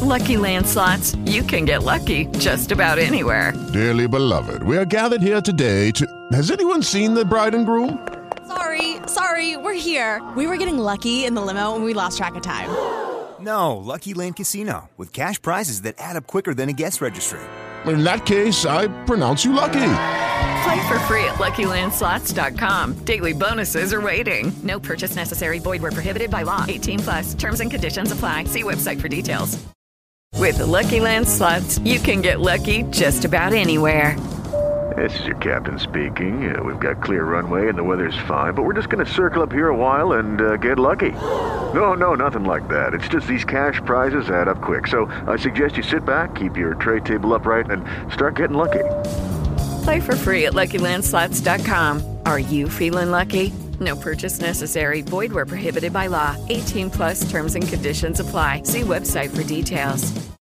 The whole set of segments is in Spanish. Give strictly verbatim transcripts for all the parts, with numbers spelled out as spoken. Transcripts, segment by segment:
Lucky Land Slots, you can get lucky just about anywhere. Dearly beloved, we are gathered here today to... Has anyone seen the bride and groom? Sorry, sorry, we're here. We were getting lucky in the limo and we lost track of time. No, Lucky Land Casino, with cash prizes that add up quicker than a guest registry. In that case, I pronounce you lucky. Play for free at Lucky Land Slots dot com. Daily bonuses are waiting. No purchase necessary. Void where prohibited by law. eighteen plus. Terms and conditions apply. See website for details. With the Lucky Land Slots, you can get lucky just about anywhere. This is your captain speaking. Uh, we've got clear runway and the weather's fine, but we're just going to circle up here a while and uh, get lucky. No, no, nothing like that. It's just these cash prizes add up quick. So I suggest you sit back, keep your tray table upright, and start getting lucky. Play for free at Lucky Land Slots dot com. Are you feeling lucky? No purchase necessary. Void where prohibited by law. eighteen plus terms and conditions apply. See website for details.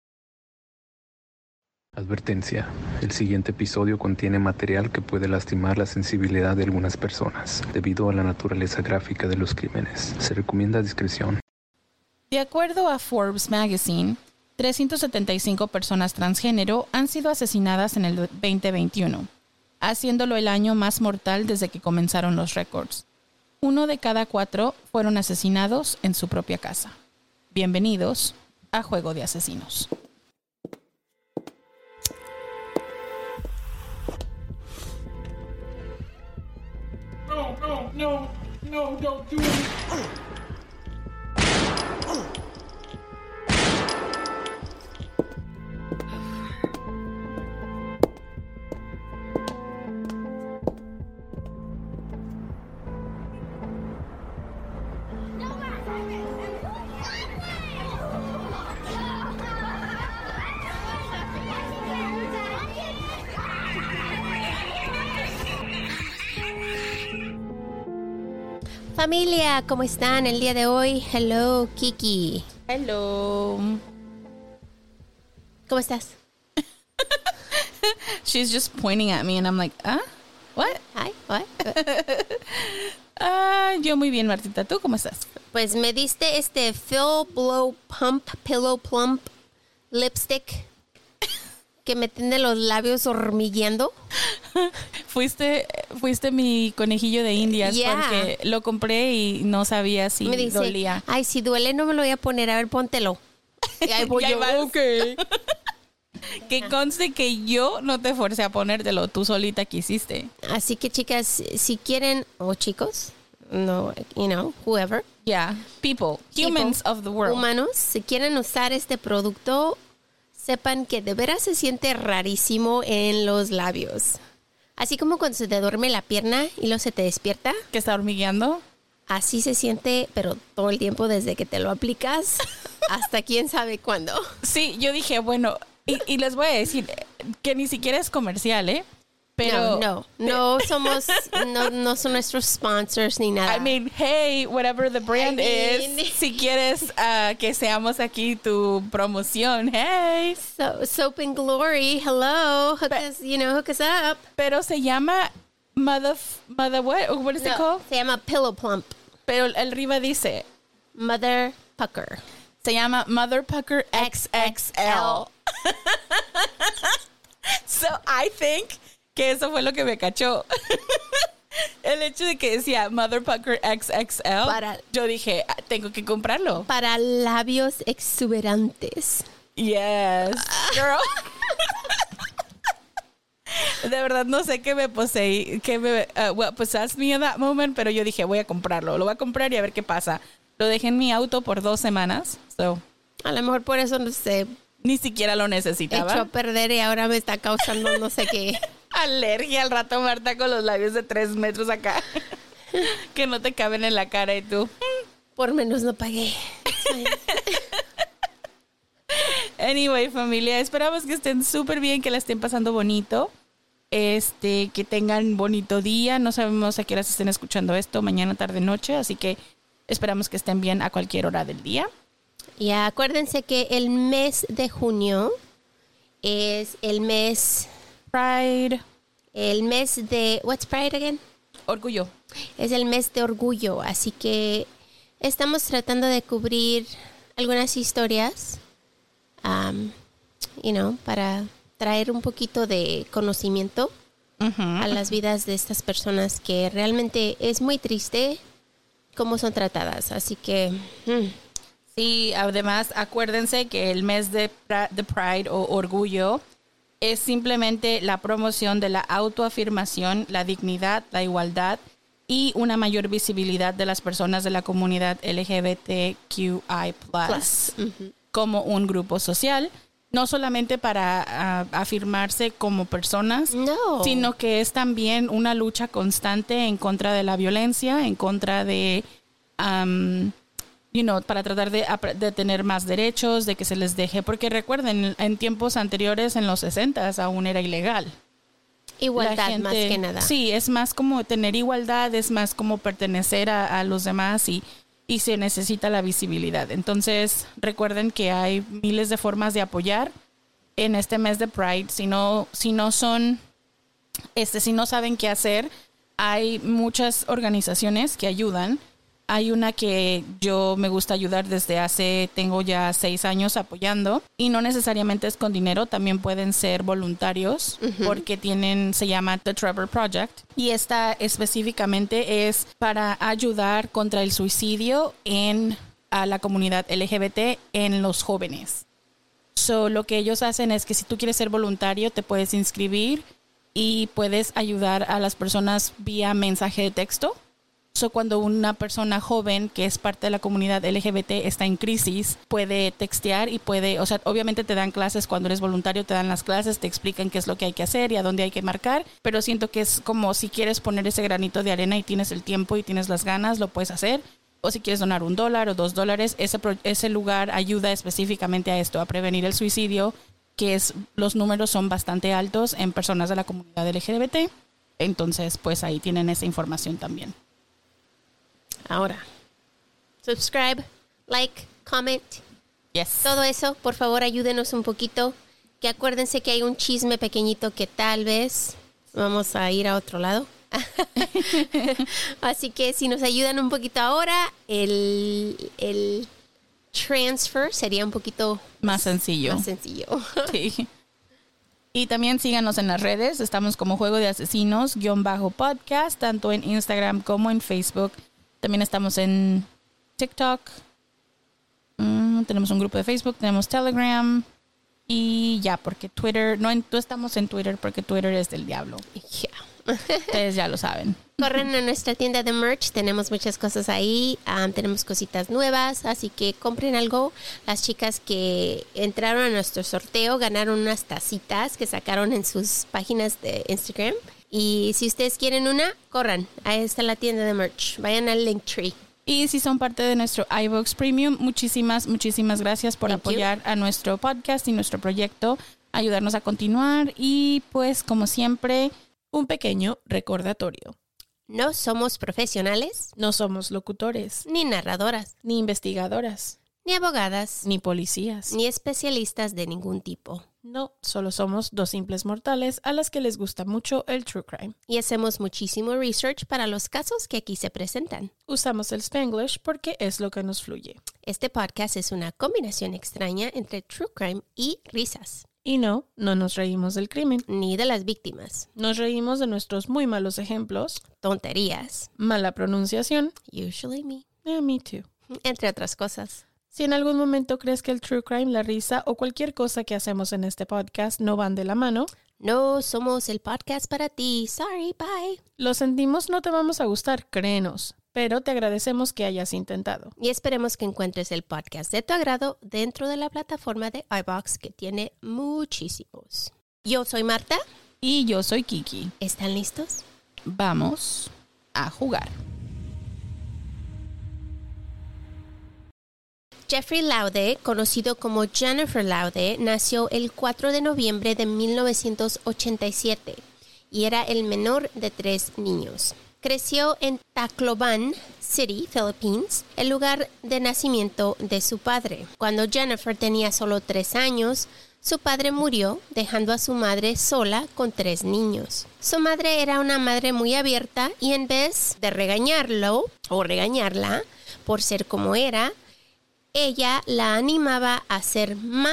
Advertencia: el siguiente episodio contiene material que puede lastimar la sensibilidad de algunas personas debido a la naturaleza gráfica de los crímenes. Se recomienda discreción. De acuerdo a Forbes Magazine, trescientas setenta y cinco personas transgénero han sido asesinadas en el veinte veintiuno, haciéndolo el año más mortal desde que comenzaron los récords. Uno de cada cuatro fueron asesinados en su propia casa. Bienvenidos a Juego de Asesinos. No, no, no, no, don't do it. Familia, ¿cómo están el día de hoy? Hello, Kiki. Hello. ¿Cómo estás? She's just pointing at me and I'm like, ¿ah? What? Hi, what? Ah, yo muy bien, Martita. ¿Tú cómo estás? Pues me diste este Phil Blow Pump Pillow Plump Lipstick que me tiene los labios hormigueando. Fuiste, fuiste mi conejillo de indias, yeah. Porque lo compré y no sabía si me dice, dolía. Ay, si duele no me lo voy a poner, a ver, póntelo. Y ahí voy yo, vas. okay. Que conste que yo no te forcé a ponértelo, tú solita quisiste. Así que chicas, si quieren, o oh, chicos, no, you know, whoever. Yeah, people, humans people, of the world. Humanos, si quieren usar este producto, sepan que de veras se siente rarísimo en los labios. Así como cuando se te duerme la pierna y luego se te despierta. ¿Que está hormigueando? Así se siente, pero todo el tiempo desde que te lo aplicas hasta quién sabe cuándo. Sí, yo dije, bueno, y, y les voy a decir que ni siquiera es comercial, ¿eh? Pero no, no, no somos, no, no son nuestros sponsors ni nada. I mean, hey, whatever the brand I mean, is, si quieres uh, que seamos aquí tu promoción, hey. So, Soap and Glory, hello, hook Pe- us, you know, hook us up. Pero se llama Mother, Mother what? What is no, it called? Se llama Pillow Plump. Pero el arriba dice Mother Pucker. Se llama Mother Pucker X X L. So I think que eso fue lo que me cachó. El hecho de que decía Mother Pucker X X L. Para, yo dije, tengo que comprarlo. Para labios exuberantes. Yes, girl. De verdad no sé qué me poseí, qué me uh, what possessed me in that moment, pero yo dije, voy a comprarlo. Lo voy a comprar y a ver qué pasa. Lo dejé en mi auto por dos semanas. So. A lo mejor por eso no sé. Ni siquiera lo necesitaba. Echó a perder y ahora me está causando no sé qué. Alergia al rato, Marta, con los labios de tres metros acá. Que no te caben en la cara y tú. Por menos no pagué. Anyway, familia, esperamos que estén súper bien, que la estén pasando bonito. Este, que tengan bonito día. No sabemos a qué horas estén escuchando esto, mañana, tarde, noche. Así que esperamos que estén bien a cualquier hora del día. Y acuérdense que el mes de junio es el mes Pride. El mes de... What's Pride again? Orgullo. Es el mes de orgullo, así que estamos tratando de cubrir algunas historias um, you know, para traer un poquito de conocimiento uh-huh. a las vidas de estas personas que realmente es muy triste cómo son tratadas. Así que... Mm. Sí, además acuérdense que el mes de, de Pride o Orgullo es simplemente la promoción de la autoafirmación, la dignidad, la igualdad y una mayor visibilidad de las personas de la comunidad L G B T Q I plus, plus. Uh-huh. como un grupo social. No solamente para uh, afirmarse como personas, no. sino que es también una lucha constante en contra de la violencia, en contra de... Um, You know, para tratar de, de tener más derechos, de que se les deje, porque recuerden, en tiempos anteriores, en los sesentas, aún era ilegal. Igualdad gente, más que nada. Sí, es más como tener igualdad, es más como pertenecer a, a los demás y, y se necesita la visibilidad. Entonces, recuerden que hay miles de formas de apoyar en este mes de Pride. Si no, si no son, este, si no saben qué hacer, hay muchas organizaciones que ayudan. Hay una que yo me gusta ayudar desde hace, tengo ya seis años apoyando y no necesariamente es con dinero, también pueden ser voluntarios uh-huh. porque tienen, se llama The Trevor Project y esta específicamente es para ayudar contra el suicidio en a la comunidad L G B T en los jóvenes. So, lo que ellos hacen es que si tú quieres ser voluntario te puedes inscribir y puedes ayudar a las personas vía mensaje de texto. So, cuando una persona joven que es parte de la comunidad L G B T está en crisis, puede textear y puede, o sea, obviamente te dan clases cuando eres voluntario, te dan las clases, te explican qué es lo que hay que hacer y a dónde hay que marcar, pero siento que es como si quieres poner ese granito de arena y tienes el tiempo y tienes las ganas, lo puedes hacer. O si quieres donar un dólar o dos dólares, ese, ese lugar ayuda específicamente a esto, a prevenir el suicidio, que es, los números son bastante altos en personas de la comunidad L G B T. Entonces, pues ahí tienen esa información también. Ahora, subscribe, like, comment. Yes. Todo eso, por favor, ayúdenos un poquito. Que acuérdense que hay un chisme pequeñito que tal vez vamos a ir a otro lado. Así que si nos ayudan un poquito ahora, el, el transfer sería un poquito más sencillo. Más sencillo. Sí. Y también síganos en las redes. Estamos como Juego de Asesinos, guión bajo podcast, tanto en Instagram como en Facebook. También estamos en TikTok. Mm, tenemos un grupo de Facebook, tenemos Telegram. Y ya, porque Twitter, no, no estamos en Twitter porque Twitter es del diablo. Yeah. Ustedes ya lo saben. Corren a nuestra tienda de merch, tenemos muchas cosas ahí, um, tenemos cositas nuevas, así que compren algo. Las chicas que entraron a nuestro sorteo ganaron unas tacitas que sacaron en sus páginas de Instagram. Y si ustedes quieren una, corran. Ahí está la tienda de merch. Vayan al Linktree. Y si son parte de nuestro iVoox Premium, muchísimas, muchísimas gracias por Thank apoyar you. a nuestro podcast y nuestro proyecto, ayudarnos a continuar. Y pues, como siempre, un pequeño recordatorio. No somos profesionales. No somos locutores. Ni narradoras. Ni investigadoras. Ni abogadas. Ni policías. Ni especialistas de ningún tipo. No, solo somos dos simples mortales a las que les gusta mucho el true crime. Y hacemos muchísimo research para los casos que aquí se presentan. Usamos el Spanglish porque es lo que nos fluye. Este podcast es una combinación extraña entre true crime y risas. Y no, no nos reímos del crimen. Ni de las víctimas. Nos reímos de nuestros muy malos ejemplos. Tonterías. Mala pronunciación. Usually me. Yeah, me too. Entre otras cosas. Si en algún momento crees que el true crime, la risa o cualquier cosa que hacemos en este podcast no van de la mano, no somos el podcast para ti. Sorry, bye. Lo sentimos, no te vamos a gustar, créenos, pero te agradecemos que hayas intentado. Y esperemos que encuentres el podcast de tu agrado dentro de la plataforma de iVoox, que tiene muchísimos. Yo soy Marta. Y yo soy Kiki. ¿Están listos? Vamos a jugar. Jeffrey Laude, conocido como Jennifer Laude, nació el cuatro de noviembre de mil novecientos ochenta y siete y era el menor de tres niños. Creció en Tacloban City, Philippines, el lugar de nacimiento de su padre. Cuando Jennifer tenía solo tres años, su padre murió, dejando a su madre sola con tres niños. Su madre era una madre muy abierta y en vez de regañarlo o regañarla por ser como era, ella la animaba a ser más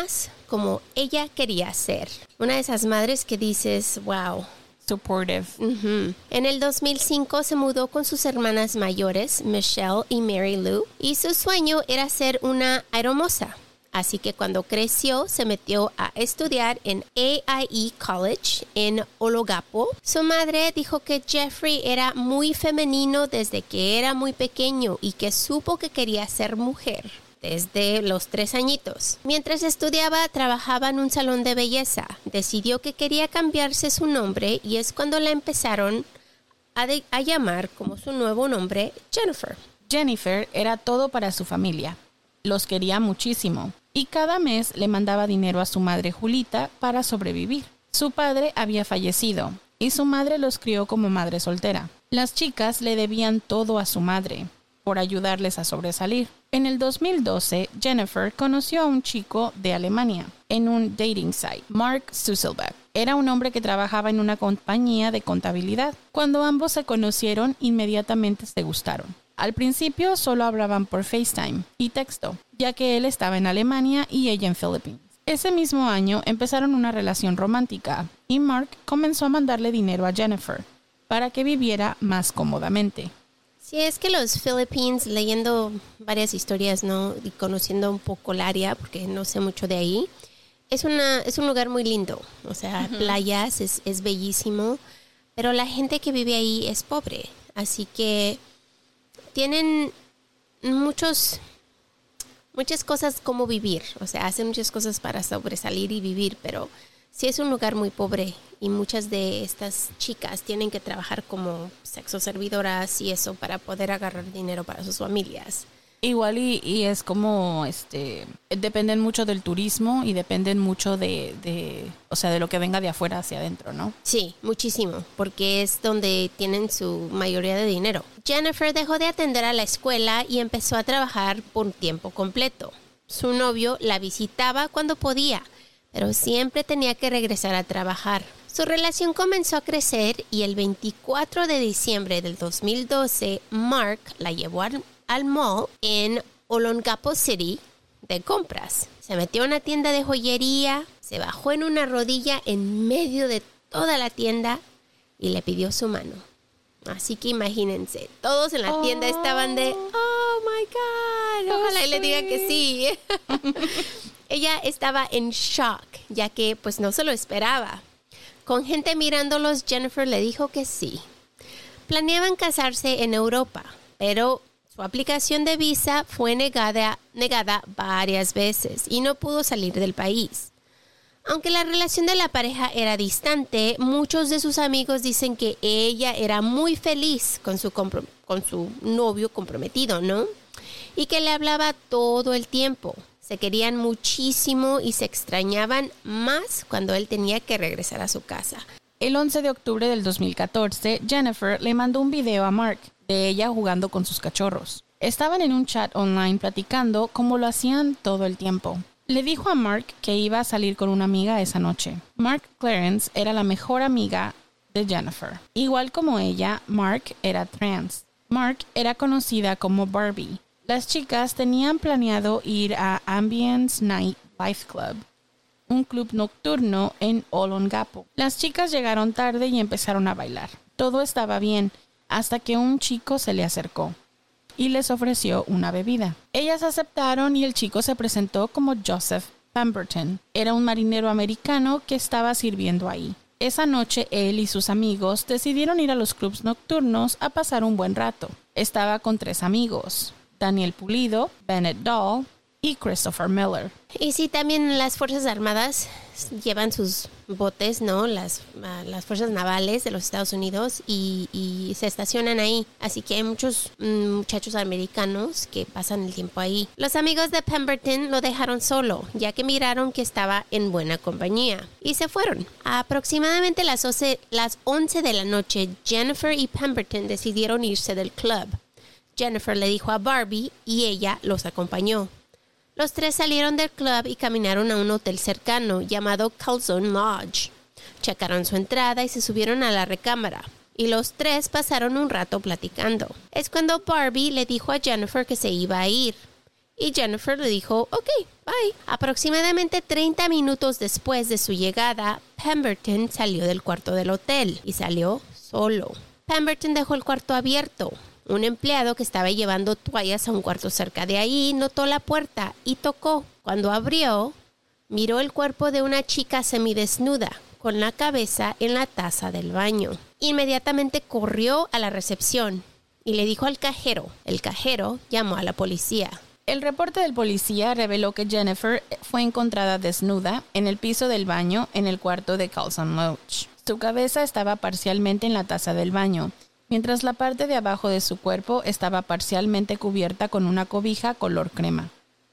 como ella quería ser. Una de esas madres que dices, wow. Supportive. Uh-huh. En el dos mil cinco se mudó con sus hermanas mayores, Michelle y Mary Lou, y su sueño era ser una aeromoza. Así que cuando creció se metió a estudiar en A I E College en Olongapo. Su madre dijo que Jeffrey era muy femenino desde que era muy pequeño y que supo que quería ser mujer desde los tres añitos. Mientras estudiaba, trabajaba en un salón de belleza. Decidió que quería cambiarse su nombre y es cuando la empezaron a, de- a llamar como su nuevo nombre, Jennifer. Jennifer era todo para su familia. Los quería muchísimo y cada mes le mandaba dinero a su madre Julita para sobrevivir. Su padre había fallecido y su madre los crió como madre soltera. Las chicas le debían todo a su madre por ayudarles a sobresalir. En el dos mil doce, Jennifer conoció a un chico de Alemania en un dating site, Mark Susselbach. Era un hombre que trabajaba en una compañía de contabilidad. Cuando ambos se conocieron, inmediatamente se gustaron. Al principio solo hablaban por FaceTime y texto, ya que él estaba en Alemania y ella en Philippines. Ese mismo año empezaron una relación romántica y Mark comenzó a mandarle dinero a Jennifer para que viviera más cómodamente. Sí, es que los Philippines, leyendo varias historias, ¿no? Y conociendo un poco el área, porque no sé mucho de ahí, es una es un lugar muy lindo. O sea, uh-huh. playas, es, es bellísimo, pero la gente que vive ahí es pobre. Así que tienen muchos muchas cosas como vivir. O sea, hacen muchas cosas para sobresalir y vivir, pero sí es un lugar muy pobre y muchas de estas chicas tienen que trabajar como sexoservidoras y eso para poder agarrar dinero para sus familias. Igual y, y es como, este, dependen mucho del turismo y dependen mucho de, de, o sea, de lo que venga de afuera hacia adentro, ¿no? Sí, muchísimo, porque es donde tienen su mayoría de dinero. Jennifer dejó de atender a la escuela y empezó a trabajar por tiempo completo. Su novio la visitaba cuando podía, pero siempre tenía que regresar a trabajar. Su relación comenzó a crecer y el veinticuatro de diciembre del dos mil doce, Mark la llevó al, al mall en Olongapo City de compras. Se metió a una tienda de joyería, se bajó en una rodilla en medio de toda la tienda y le pidió su mano. Así que imagínense, todos en la oh. tienda estaban de, oh my God, ojalá oh, y le diga que sí. Ella estaba en shock, ya que pues no se lo esperaba. Con gente mirándolos, Jennifer le dijo que sí. Planeaban casarse en Europa, pero su aplicación de visa fue negada, negada varias veces y no pudo salir del país. Aunque la relación de la pareja era distante, muchos de sus amigos dicen que ella era muy feliz con su, comprom- con su novio comprometido, ¿no? Y que le hablaba todo el tiempo. Se querían muchísimo y se extrañaban más cuando él tenía que regresar a su casa. El once de octubre del dos mil catorce, Jennifer le mandó un video a Mark de ella jugando con sus cachorros. Estaban en un chat online platicando como lo hacían todo el tiempo. Le dijo a Mark que iba a salir con una amiga esa noche. Mark Clarence era la mejor amiga de Jennifer. Igual como ella, Mark era trans. Mark era conocida como Barbie. Las chicas tenían planeado ir a Ambience Night Life Club, un club nocturno en Olongapo. Las chicas llegaron tarde y empezaron a bailar. Todo estaba bien, hasta que un chico se le acercó y les ofreció una bebida. Ellas aceptaron y el chico se presentó como Joseph Pemberton. Era un marinero americano que estaba sirviendo ahí. Esa noche él y sus amigos decidieron ir a los clubs nocturnos a pasar un buen rato. Estaba con tres amigos: Daniel Pulido, Bennett Dahl y Christopher Miller. Y sí, también las Fuerzas Armadas llevan sus botes, ¿no? Las, uh, las Fuerzas Navales de los Estados Unidos y, y se estacionan ahí. Así que hay muchos mm, muchachos americanos que pasan el tiempo ahí. Los amigos de Pemberton lo dejaron solo, ya que miraron que estaba en buena compañía. Y se fueron. A aproximadamente las once, las once de la noche, Jennifer y Pemberton decidieron irse del club. Jennifer le dijo a Barbie y ella los acompañó. Los tres salieron del club y caminaron a un hotel cercano llamado Calzone Lodge. Checaron su entrada y se subieron a la recámara. Y los tres pasaron un rato platicando. Es cuando Barbie le dijo a Jennifer que se iba a ir. y Jennifer le dijo, ok, bye. Aproximadamente treinta minutos después de su llegada, Pemberton salió del cuarto del hotel y salió solo. Pemberton dejó el cuarto abierto. Un empleado que estaba llevando toallas a un cuarto cerca de ahí notó la puerta y tocó. Cuando abrió, miró el cuerpo de una chica semidesnuda con la cabeza en la taza del baño. Inmediatamente corrió a la recepción y le dijo al cajero. El cajero llamó a la policía. El reporte del policía reveló que Jennifer fue encontrada desnuda en el piso del baño en el cuarto de Carlson Lodge. Su cabeza estaba parcialmente en la taza del baño, mientras la parte de abajo de su cuerpo estaba parcialmente cubierta con una cobija color crema.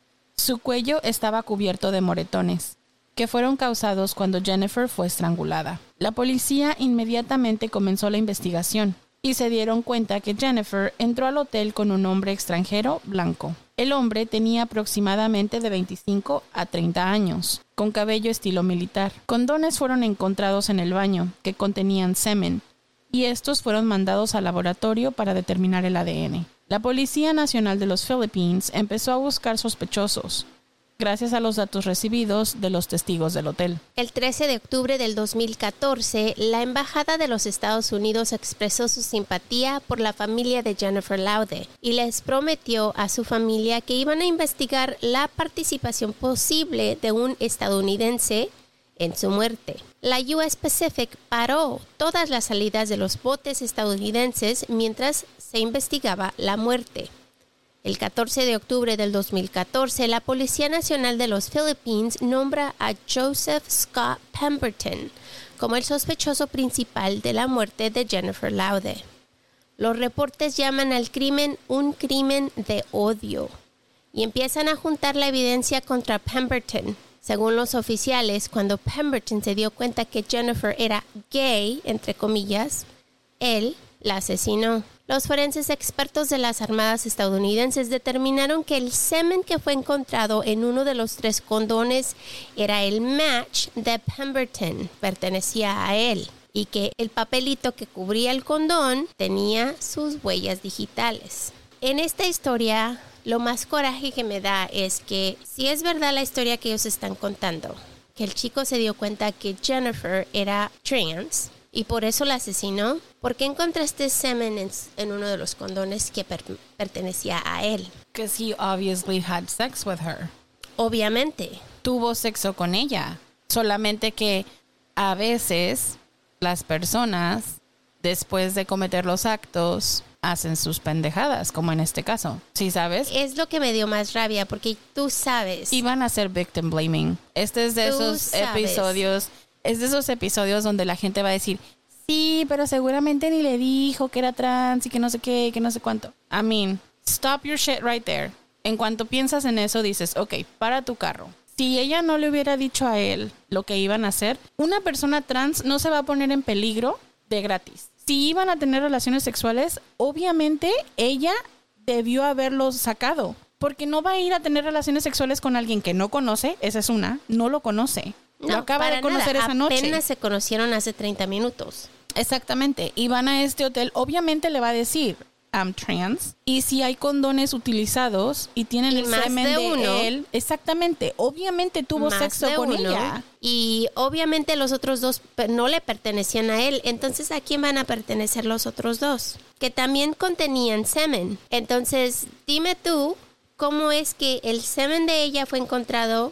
Su cuello estaba cubierto de moretones, que fueron causados cuando Jennifer fue estrangulada. La policía inmediatamente comenzó la investigación y se dieron cuenta que Jennifer entró al hotel con un hombre extranjero blanco. El hombre tenía aproximadamente de veinticinco a treinta años, con cabello estilo militar. Condones fueron encontrados en el baño, que contenían semen, y estos fueron mandados al laboratorio para determinar el A D N. La Policía Nacional de los Philippines empezó a buscar sospechosos, gracias a los datos recibidos de los testigos del hotel. El trece de octubre del dos mil catorce, la Embajada de los Estados Unidos expresó su simpatía por la familia de Jennifer Laude y les prometió a su familia que iban a investigar la participación posible de un estadounidense en su muerte. La U S Pacific paró todas las salidas de los botes estadounidenses mientras se investigaba la muerte. El catorce de octubre del dos mil catorce, la Policía Nacional de los Philippines nombra a Joseph Scott Pemberton como el sospechoso principal de la muerte de Jennifer Laude. Los reportes llaman al crimen un crimen de odio y empiezan a juntar la evidencia contra Pemberton. Según los oficiales, cuando Pemberton se dio cuenta que Jennifer era gay, entre comillas, él la asesinó. Los forenses expertos de las armadas estadounidenses determinaron que el semen que fue encontrado en uno de los tres condones era el match de Pemberton, pertenecía a él, y que el papelito que cubría el condón tenía sus huellas digitales. En esta historia, lo más coraje que me da es que si es verdad la historia que ellos están contando, que el chico se dio cuenta que Jennifer era trans y por eso la asesinó, ¿por qué encontraste semen en, en uno de los condones que per, pertenecía a él? Because he obviously had sex with her. Obviamente. Tuvo sexo con ella. Solamente que a veces las personas, después de cometer los actos, hacen sus pendejadas, como en este caso. ¿Sí sabes? Es lo que me dio más rabia, porque tú sabes. Y van a hacer victim blaming. Este es de Tú esos sabes. episodios, es de esos episodios donde la gente va a decir, sí, pero seguramente ni le dijo que era trans y que no sé qué, que no sé cuánto. I mean, stop your shit right there. En cuanto piensas en eso, dices, ok, para tu carro. Si ella no le hubiera dicho a él lo que iban a hacer, una persona trans no se va a poner en peligro de gratis. Si iban a tener relaciones sexuales, obviamente ella debió haberlos sacado. Porque no va a ir a tener relaciones sexuales con alguien que no conoce, esa es una, no lo conoce. No, lo acaba para de conocer nada. esa noche. Apenas se conocieron hace treinta minutos. Exactamente. Y van a este hotel, obviamente le va a decir, I'm trans. Y si hay condones utilizados y tienen Y el más semen de de, uno. él, exactamente, obviamente tuvo Más sexo de con uno. ella. Y obviamente los otros dos pe- no le pertenecían a él. Entonces, ¿a quién van a pertenecer los otros dos? Que también contenían semen. Entonces, dime tú, ¿cómo es que el semen de ella fue encontrado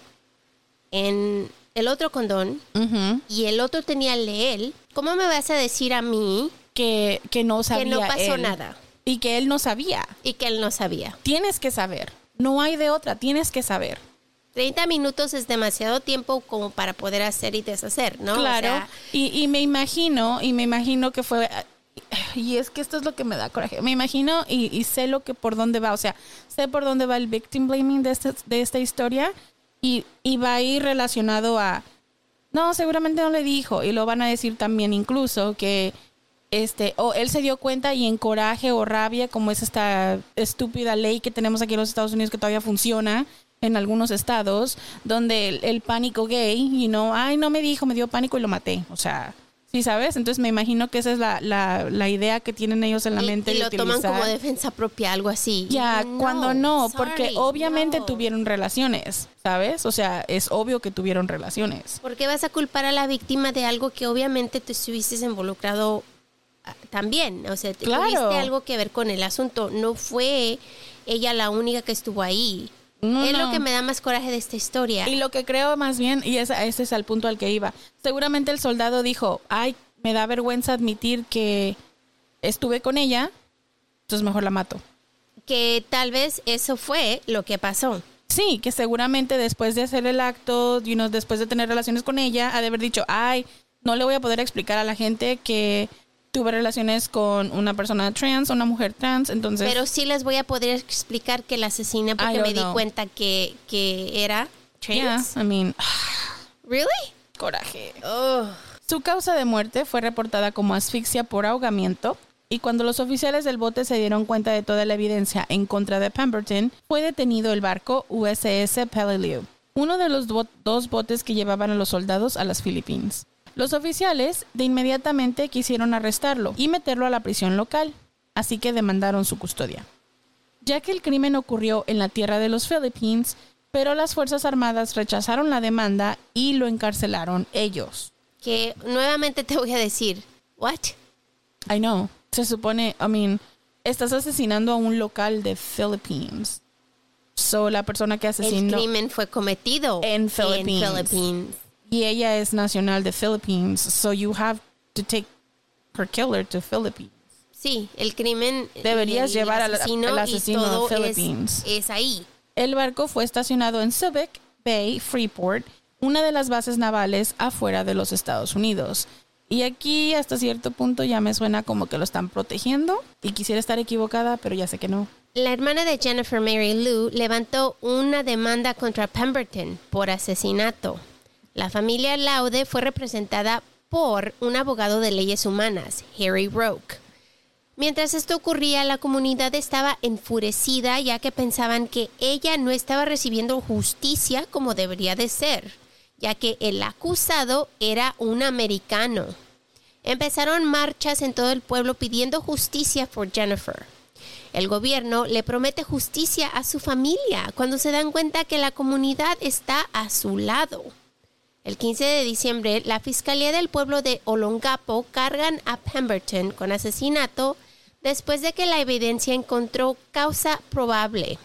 en el otro condón Ujú. y el otro tenía el de él? ¿Cómo me vas a decir a mí que, que no sabía que no pasó él. nada Y que él no sabía. y que él no sabía? Tienes que saber. No hay de otra, tienes que saber. treinta minutos es demasiado tiempo como para poder hacer y deshacer, ¿no? Claro, O sea, y, y me imagino, y me imagino que fue, y es que esto es lo que me da coraje, me imagino y, y sé lo que por dónde va, o sea, sé por dónde va el victim blaming de, este, de esta historia y, y va a ir relacionado a, no, seguramente no le dijo, y lo van a decir también incluso que, este, o él se dio cuenta y en coraje o rabia, como es esta estúpida ley que tenemos aquí en los Estados Unidos que todavía funciona, en algunos estados, donde el, el pánico gay, you know, ay, no me dijo, me dio pánico y lo maté. O sea, ¿Sí sabes? Entonces me imagino que esa es la, la, la idea que tienen ellos en la y, mente y de lo utilizar. toman como defensa propia, algo así. Ya, no, cuando no, sorry, porque obviamente no. tuvieron relaciones, ¿sabes? O sea, es obvio que tuvieron relaciones. ¿Por qué vas a culpar a la víctima de algo que obviamente tú estuviste involucrado también? O sea, Claro. tuviste algo que ver con el asunto. No fue ella la única que estuvo ahí. No, es no. lo que me da más coraje de esta historia. Y lo que creo más bien, y ese, ese es el punto al que iba, seguramente el soldado dijo, ay, me da vergüenza admitir que estuve con ella, entonces mejor la mato. Que tal vez eso fue lo que pasó. Sí, que seguramente después de hacer el acto, you know, después de tener relaciones con ella, ha de haber dicho, ay, no le voy a poder explicar a la gente que tuve relaciones con una persona trans, una mujer trans, entonces... Pero sí les voy a poder explicar que la asesina I porque don't me di know. cuenta que, que era trans. Yeah, I mean, ¿Really? coraje. Oh. Su causa de muerte fue reportada como asfixia por ahogamiento y cuando los oficiales del bote se dieron cuenta de toda la evidencia en contra de Pemberton, fue detenido el barco U S S Peleliu, uno de los do- dos botes que llevaban a los soldados a las Filipinas. Los oficiales de inmediatamente quisieron arrestarlo y meterlo a la prisión local, así que demandaron su custodia. Ya que el crimen ocurrió en la tierra de los Philippines, pero las Fuerzas Armadas rechazaron la demanda y lo encarcelaron ellos. Que nuevamente te voy a decir, ¿what? I know. Se supone, I mean, estás asesinando a un local de Philippines. So, la persona que El asesinó... crimen fue cometido En Philippines. En Philippines. Y ella es nacional de Philippines. So, you have to take her killer to Philippines. Sí, el crimen... Deberías y el llevar al- asesino al y asesino a todo Philippines. Es, es ahí. El barco fue estacionado en Subic Bay, Freeport, una de las bases navales afuera de los Estados Unidos. Y aquí hasta cierto punto ya me suena como que lo están protegiendo y quisiera estar equivocada, pero ya sé que no. La hermana de Jennifer Mary Lou levantó una demanda contra Pemberton por asesinato. La familia Laude fue representada por un abogado de leyes humanas, Harry Roque. Mientras esto ocurría, la comunidad estaba enfurecida ya que pensaban que ella no estaba recibiendo justicia como debería de ser, ya que el acusado era un americano. Empezaron marchas en todo el pueblo pidiendo justicia por Jennifer. El gobierno le promete justicia a su familia cuando se dan cuenta que la comunidad está a su lado. El quince de diciembre, la Fiscalía del Pueblo de Olongapo cargan a Pemberton con asesinato después de que la evidencia encontró causa probable.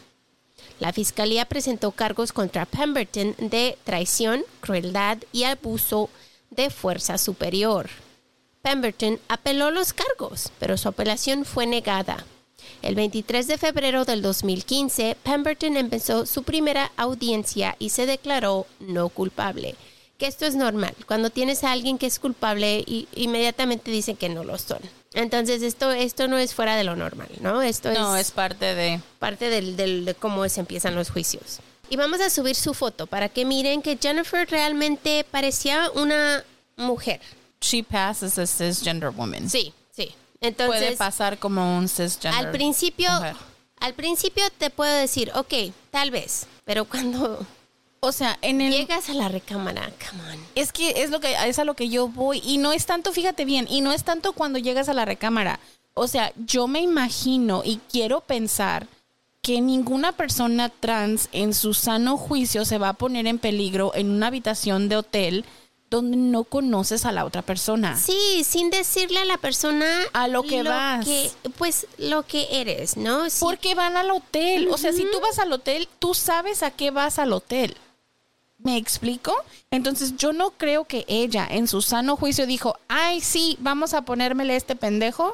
La Fiscalía presentó cargos contra Pemberton de traición, crueldad y abuso de fuerza superior. Pemberton apeló los cargos, pero su apelación fue negada. El veintitrés de febrero del dos mil quince, Pemberton empezó su primera audiencia y se declaró no culpable. Que esto es normal. Cuando tienes a alguien que es culpable, y, inmediatamente dicen que no lo son. Entonces, esto, esto no es fuera de lo normal, ¿no? Esto No, es, es parte de... parte del, del, de cómo se empiezan los juicios. Y vamos a subir su foto para que miren que Jennifer realmente parecía una mujer. She passes as a cisgender woman. Sí, sí. Entonces, puede pasar como un cisgender al principio, mujer. al principio te puedo decir, ok, tal vez, pero cuando O sea, en el... llegas a la recámara, come on. Es que es lo que es a lo que yo voy y no es tanto, fíjate bien, y no es tanto cuando llegas a la recámara. O sea, yo me imagino y quiero pensar que ninguna persona trans en su sano juicio se va a poner en peligro en una habitación de hotel donde no conoces a la otra persona. Sí, sin decirle a la persona A lo que vas. que, pues lo que eres, ¿no? Sí. Porque van al hotel. O sea, si tú vas al hotel, tú sabes a qué vas al hotel. ¿Me explico? Entonces, yo no creo que ella, en su sano juicio, dijo, ay, sí, vamos a ponérmele este pendejo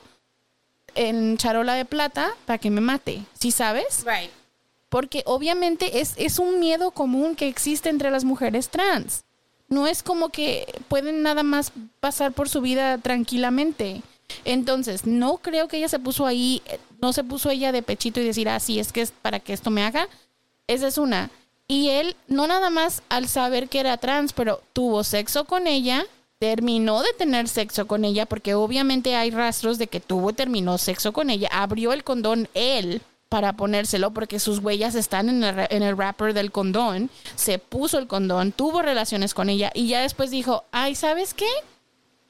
en charola de plata para que me mate. ¿Sí sabes? Right. Porque obviamente es, es un miedo común que existe entre las mujeres trans. No es como que pueden nada más pasar por su vida tranquilamente. Entonces, no creo que ella se puso ahí, no se puso ella de pechito y decir, ah, sí, es que es para que esto me haga. Esa es una. Y él, no nada más al saber que era trans, pero tuvo sexo con ella, terminó de tener sexo con ella, porque obviamente hay rastros de que tuvo y terminó sexo con ella, abrió el condón él para ponérselo, porque sus huellas están en el, en el wrapper del condón, se puso el condón, tuvo relaciones con ella, y ya después dijo, ay, ¿sabes qué?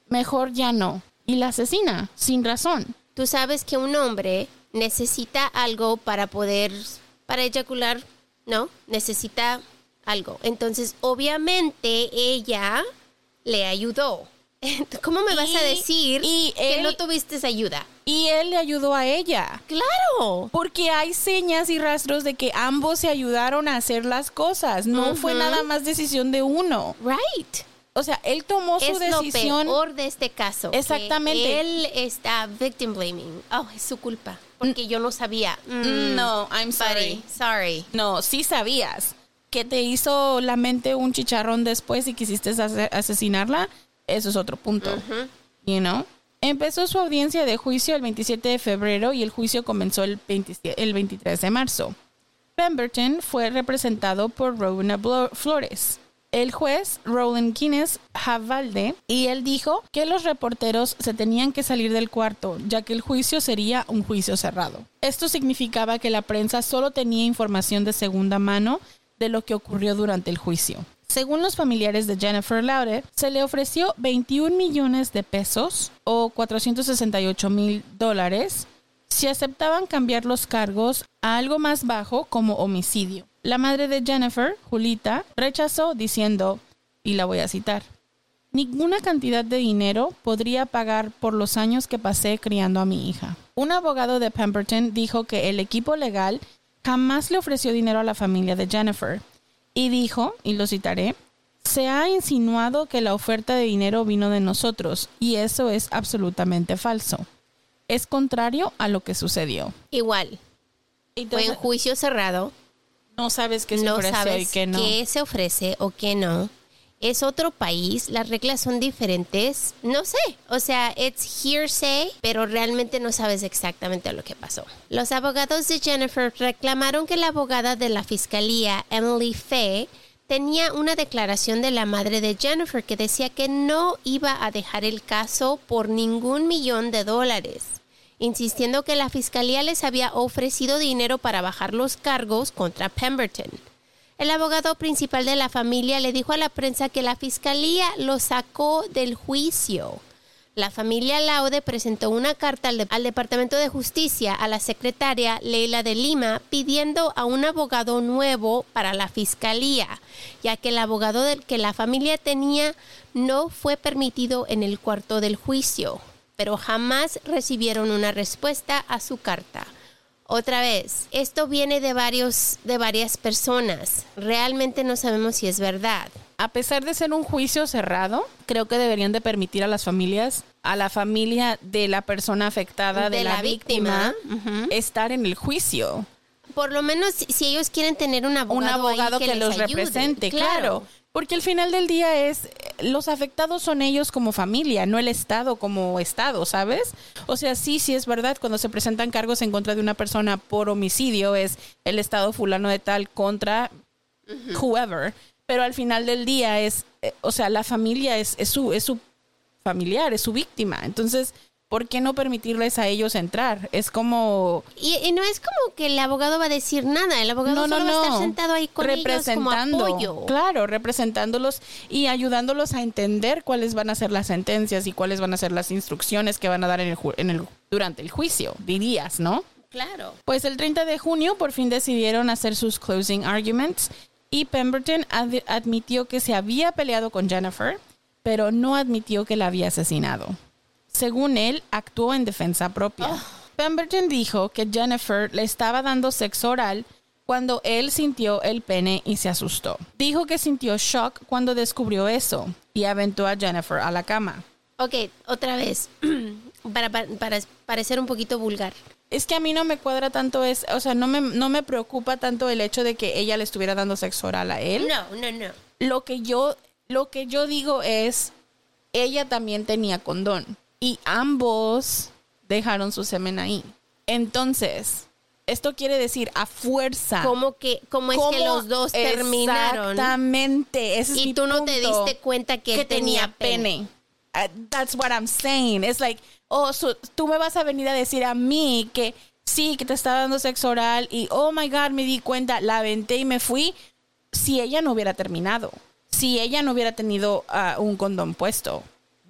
mejor ya no. Y la asesina, sin razón. Tú sabes que un hombre necesita algo para poder, para eyacular, ¿no? Necesita algo. Entonces, obviamente, ella le ayudó. ¿Cómo me vas y, a decir y que él, no tuviste ayuda? Y él le ayudó a ella. ¡Claro! Porque hay señas y rastros de que ambos se ayudaron a hacer las cosas. No uh-huh. fue nada más decisión de uno. Right. O sea, él tomó su es decisión. Es lo peor de este caso. Exactamente. Él está victim blaming. Oh, es su culpa. Porque mm. yo no sabía. Mm. No, I'm sorry. Sorry. No, sí sabías. Que te hizo la mente un chicharrón después y quisiste as- asesinarla. Eso es otro punto. Uh-huh. You know? Empezó su audiencia de juicio el veintisiete de febrero y el juicio comenzó el, veintisiete, el veintitrés de marzo. Pemberton fue representado por Rowena Flores. El juez Roland Guinness Havalde, y él dijo que los reporteros se tenían que salir del cuarto, ya que el juicio sería un juicio cerrado. Esto significaba que la prensa solo tenía información de segunda mano de lo que ocurrió durante el juicio. Según los familiares de Jennifer Laude, se le ofreció veintiún millones de pesos o cuatrocientos sesenta y ocho mil dólares si aceptaban cambiar los cargos a algo más bajo como homicidio. La madre de Jennifer, Julita, rechazó diciendo, y la voy a citar, ninguna cantidad de dinero podría pagar por los años que pasé criando a mi hija. Un abogado de Pemberton dijo que el equipo legal jamás le ofreció dinero a la familia de Jennifer y dijo, y lo citaré, se ha insinuado que la oferta de dinero vino de nosotros y eso es absolutamente falso. Es contrario a lo que sucedió. Igual, Entonces, fue en juicio cerrado. No sabes qué se no ofrece sabes y qué no. qué se ofrece o qué no. Es otro país, las reglas son diferentes. No sé, o sea, it's hearsay, pero realmente no sabes exactamente lo que pasó. Los abogados de Jennifer reclamaron que la abogada de la fiscalía, Emily Fay, tenía una declaración de la madre de Jennifer que decía que no iba a dejar el caso por ningún millón de dólares, insistiendo que la fiscalía les había ofrecido dinero para bajar los cargos contra Pemberton. El abogado principal de la familia le dijo a la prensa que la fiscalía lo sacó del juicio. La familia Laude presentó una carta al, de- al Departamento de Justicia a la secretaria Leila de Lima pidiendo a un abogado nuevo para la fiscalía, ya que el abogado del que la familia tenía no fue permitido en el cuarto del juicio, pero jamás recibieron una respuesta a su carta. Otra vez, esto viene de varios, de varias personas. Realmente no sabemos si es verdad. A pesar de ser un juicio cerrado, creo que deberían de permitir a las familias, a la familia de la persona afectada, de, de la, la víctima, víctima uh-huh. estar en el juicio. Por lo menos si ellos quieren tener un abogado, un abogado ahí que, que los ayude. represente, claro. claro. Porque al final del día es, los afectados son ellos como familia, no el Estado como Estado, ¿sabes? O sea, sí, sí es verdad, cuando se presentan cargos en contra de una persona por homicidio, es el Estado fulano de tal contra uh-huh. whoever. Pero al final del día es, eh, o sea, la familia es, es, su, es su familiar, es su víctima. Entonces, ¿por qué no permitirles a ellos entrar? Es como... Y, y no es como que el abogado va a decir nada. El abogado no, no, solo no. va a estar sentado ahí con ellos como apoyo. Claro, representándolos y ayudándolos a entender cuáles van a ser las sentencias y cuáles van a ser las instrucciones que van a dar en el, ju- en el durante el juicio, dirías, ¿no? Claro. Pues el treinta de junio por fin decidieron hacer sus closing arguments y Pemberton ad- admitió que se había peleado con Jennifer, pero no admitió que la había asesinado. Según él, actuó en defensa propia. Oh. Pemberton dijo que Jennifer le estaba dando sexo oral cuando él sintió el pene y se asustó. Dijo que sintió shock cuando descubrió eso y aventó a Jennifer a la cama. Ok, otra vez, para, para, para parecer un poquito vulgar. Es que a mí no me cuadra tanto, es, o sea, no me, no me preocupa tanto el hecho de que ella le estuviera dando sexo oral a él. No, no, no. Lo que yo, lo que yo digo es, ella también tenía condón. Y ambos dejaron su semen ahí. Entonces, esto quiere decir a fuerza. ¿Cómo que, cómo es que los dos terminaron? Exactamente. Ese es y mi tú no punto. te diste cuenta que, que él tenía pene. pene. Uh, that's what I'm saying. It's like, oh, so, tú me vas a venir a decir a mí que sí, que te estaba dando sexo oral y, oh my God, me di cuenta, la aventé y me fui. Si ella no hubiera terminado, si ella no hubiera tenido uh, un condón puesto.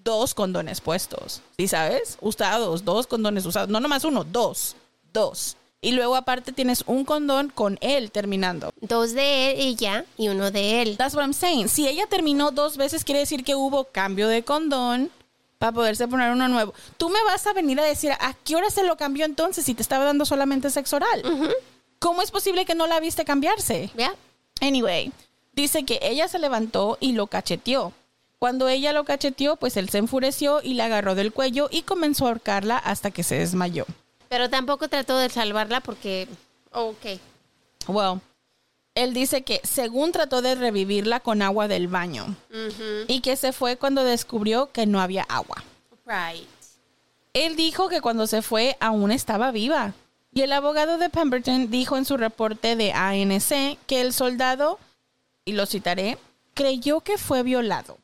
dos condones puestos. ¿Sí sabes? Usados, dos condones usados. No nomás uno, dos. Dos. Y luego aparte tienes un condón con él terminando. Dos de ella y uno de él. That's what I'm saying. Si ella terminó dos veces, quiere decir que hubo cambio de condón para poderse poner uno nuevo. Tú me vas a venir a decir, ¿a qué hora se lo cambió entonces si te estaba dando solamente sexo oral? Uh-huh. ¿Cómo es posible que no la viste cambiarse? Yeah. Anyway, dice que ella se levantó y lo cacheteó. Cuando ella lo cacheteó, pues él se enfureció y la agarró del cuello y comenzó a ahorcarla hasta que se desmayó. Pero tampoco trató de salvarla porque... Oh, ok. Well, él dice que según trató de revivirla con agua del baño. Uh-huh. Y que se fue cuando descubrió que no había agua. Right. Él dijo que cuando se fue aún estaba viva. Y el abogado de Pemberton dijo en su reporte de A N C que el soldado, y lo citaré, creyó que fue violado.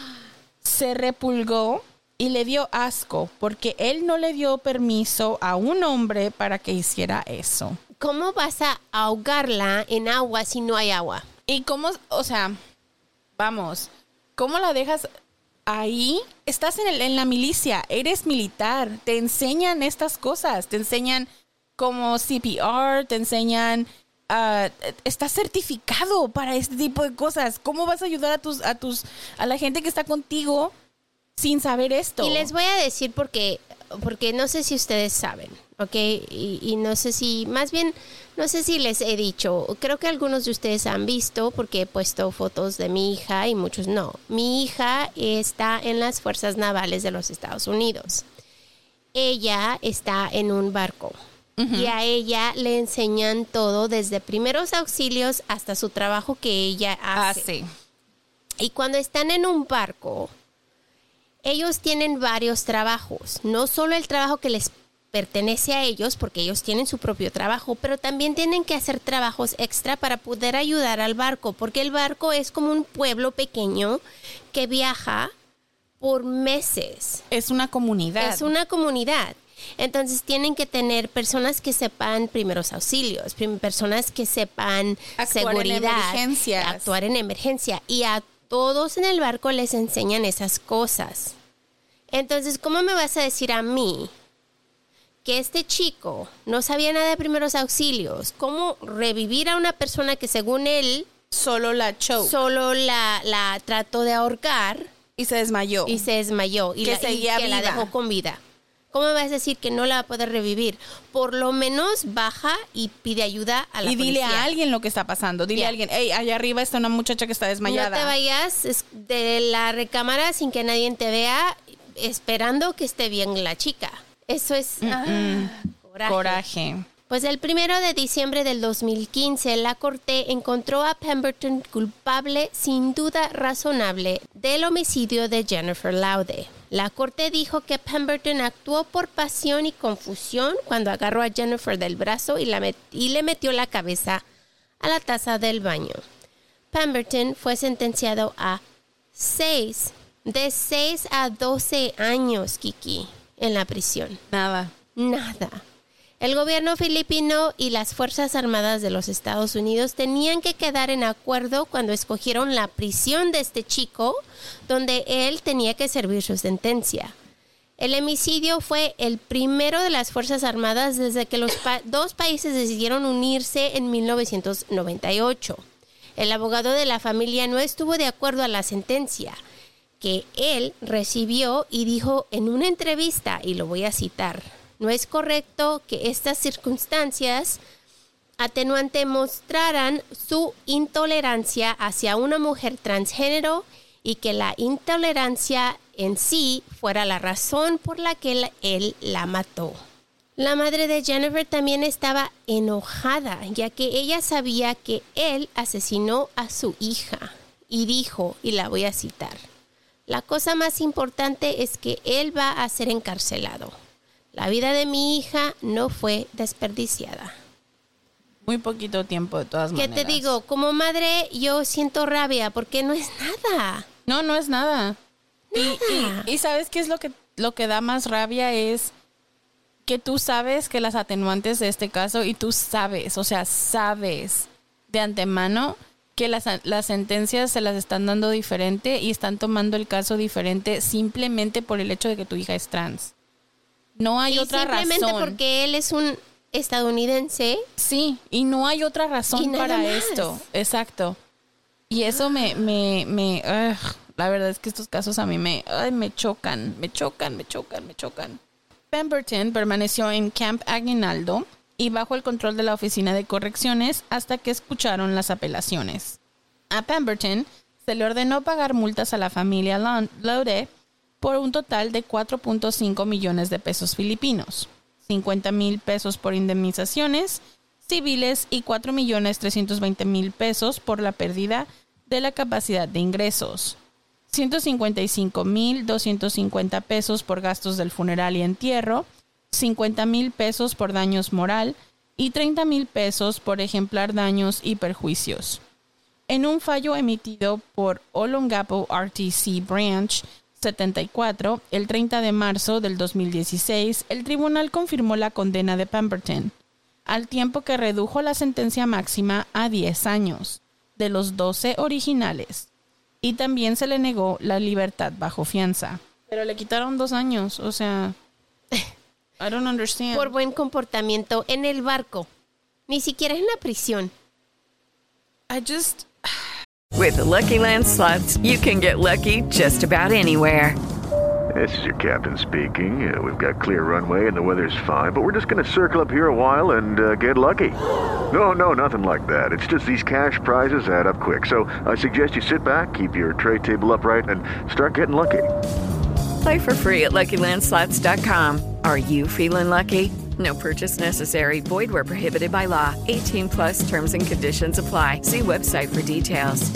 Se repulgó y le dio asco porque él no le dio permiso a un hombre para que hiciera eso. ¿Cómo vas a ahogarla en agua si no hay agua? Y cómo, o sea, vamos, ¿cómo la dejas ahí? Estás en, el, en la milicia, eres militar, te enseñan estas cosas, te enseñan como C P R, te enseñan, uh, estás certificado para este tipo de cosas. ¿Cómo vas a ayudar a tus, a tus, a la gente que está contigo sin saber esto? Y les voy a decir porque, porque no sé si ustedes saben, ¿ok? Y, y no sé si, más bien, no sé si les he dicho, creo que algunos de ustedes han visto porque he puesto fotos de mi hija y muchos no. Mi hija está en las Fuerzas Navales de los Estados Unidos. Ella está en un barco. Uh-huh. Y a ella le enseñan todo, desde primeros auxilios hasta su trabajo que ella hace. Ah, sí. Y cuando están en un barco, ellos tienen varios trabajos. No solo el trabajo que les pertenece a ellos, porque ellos tienen su propio trabajo, pero también tienen que hacer trabajos extra para poder ayudar al barco, porque el barco es como un pueblo pequeño que viaja por meses. Es una comunidad. Es una comunidad. Entonces tienen que tener personas que sepan primeros auxilios, prim- personas que sepan actuar seguridad, en emergencias. actuar en emergencia. Y a todos en el barco les enseñan esas cosas. Entonces, ¿cómo me vas a decir a mí que este chico no sabía nada de primeros auxilios? ¿Cómo revivir a una persona que según él solo la choke, solo la, la trató de ahorcar y se desmayó? Y se desmayó y, que la, seguía y que viva. la dejó con vida. ¿Cómo me vas a decir que no la va a poder revivir? Por lo menos baja y pide ayuda a la y dile policía. a alguien lo que está pasando. Dile Yeah. a alguien, hey, allá arriba está una muchacha que está desmayada. No te vayas de la recámara sin que nadie te vea, esperando que esté bien la chica. Eso es ah, coraje. Coraje. Pues el primero de diciembre del dos mil quince, la corte encontró a Pemberton culpable sin duda razonable del homicidio de Jennifer Laude. La corte dijo que Pemberton actuó por pasión y confusión cuando agarró a Jennifer del brazo y, la met- y le metió la cabeza a la taza del baño. Pemberton fue sentenciado a seis, de seis a doce años, Kiki, en la prisión. Nada. Nada. El gobierno filipino y las Fuerzas Armadas de los Estados Unidos tenían que quedar en acuerdo cuando escogieron la prisión de este chico, donde él tenía que servir su sentencia. El homicidio fue el primero de las Fuerzas Armadas desde que los pa- dos países decidieron unirse en mil novecientos noventa y ocho. El abogado de la familia no estuvo de acuerdo a la sentencia que él recibió y dijo en una entrevista, y lo voy a citar: no es correcto que estas circunstancias atenuantes mostraran su intolerancia hacia una mujer transgénero y que la intolerancia en sí fuera la razón por la que él, él la mató. La madre de Jennifer también estaba enojada, ya que ella sabía que él asesinó a su hija y dijo, y la voy a citar: la cosa más importante es que él va a ser encarcelado. La vida de mi hija no fue desperdiciada. Muy poquito tiempo, de todas ¿Qué maneras. te digo? Como madre, yo siento rabia porque no es nada. No, no es nada. Y, Nada. y, y ¿sabes qué es lo que, lo que da más rabia? Es que tú sabes que las atenuantes de este caso, y tú sabes, o sea, sabes de antemano que las, las sentencias se las están dando diferente y están tomando el caso diferente simplemente por el hecho de que tu hija es trans. No hay y otra razón. Simplemente porque él es un estadounidense. Sí, y no hay otra razón para más. esto. Exacto. Y eso me, me, me, ugh, la verdad es que estos casos a mí me, ay, me chocan, me chocan, me chocan, me chocan. Pemberton permaneció en Camp Aguinaldo y bajo el control de la Oficina de Correcciones hasta que escucharon las apelaciones. A Pemberton se le ordenó pagar multas a la familia Laude por un total de cuatro punto cinco millones de pesos filipinos, cincuenta mil pesos por indemnizaciones civiles y cuatro millones trescientos veinte mil pesos por la pérdida de la capacidad de ingresos, ciento cincuenta y cinco mil doscientos cincuenta pesos por gastos del funeral y entierro, cincuenta mil pesos por daños moral y treinta mil pesos por ejemplar daños y perjuicios. En un fallo emitido por Olongapo R T C Branch setenta y cuatro, el treinta de marzo del dos mil dieciséis, el tribunal confirmó la condena de Pemberton, al tiempo que redujo la sentencia máxima a diez años, de los doce originales, y también se le negó la libertad bajo fianza. Pero le quitaron dos años, o sea, I don't understand. Por buen comportamiento en el barco, ni siquiera en la prisión. I just... With Lucky Land Slots, you can get lucky just about anywhere. This is your captain speaking. Uh, we've got clear runway and the weather's fine, but we're just going to circle up here a while and uh, get lucky. No, no, nothing like that. It's just these cash prizes add up quick. So I suggest you sit back, keep your tray table upright, and start getting lucky. Play for free at Lucky Land Slots dot com. Are you feeling lucky? No purchase necessary. Void where prohibited by law. eighteen plus terms and conditions apply. See website for details.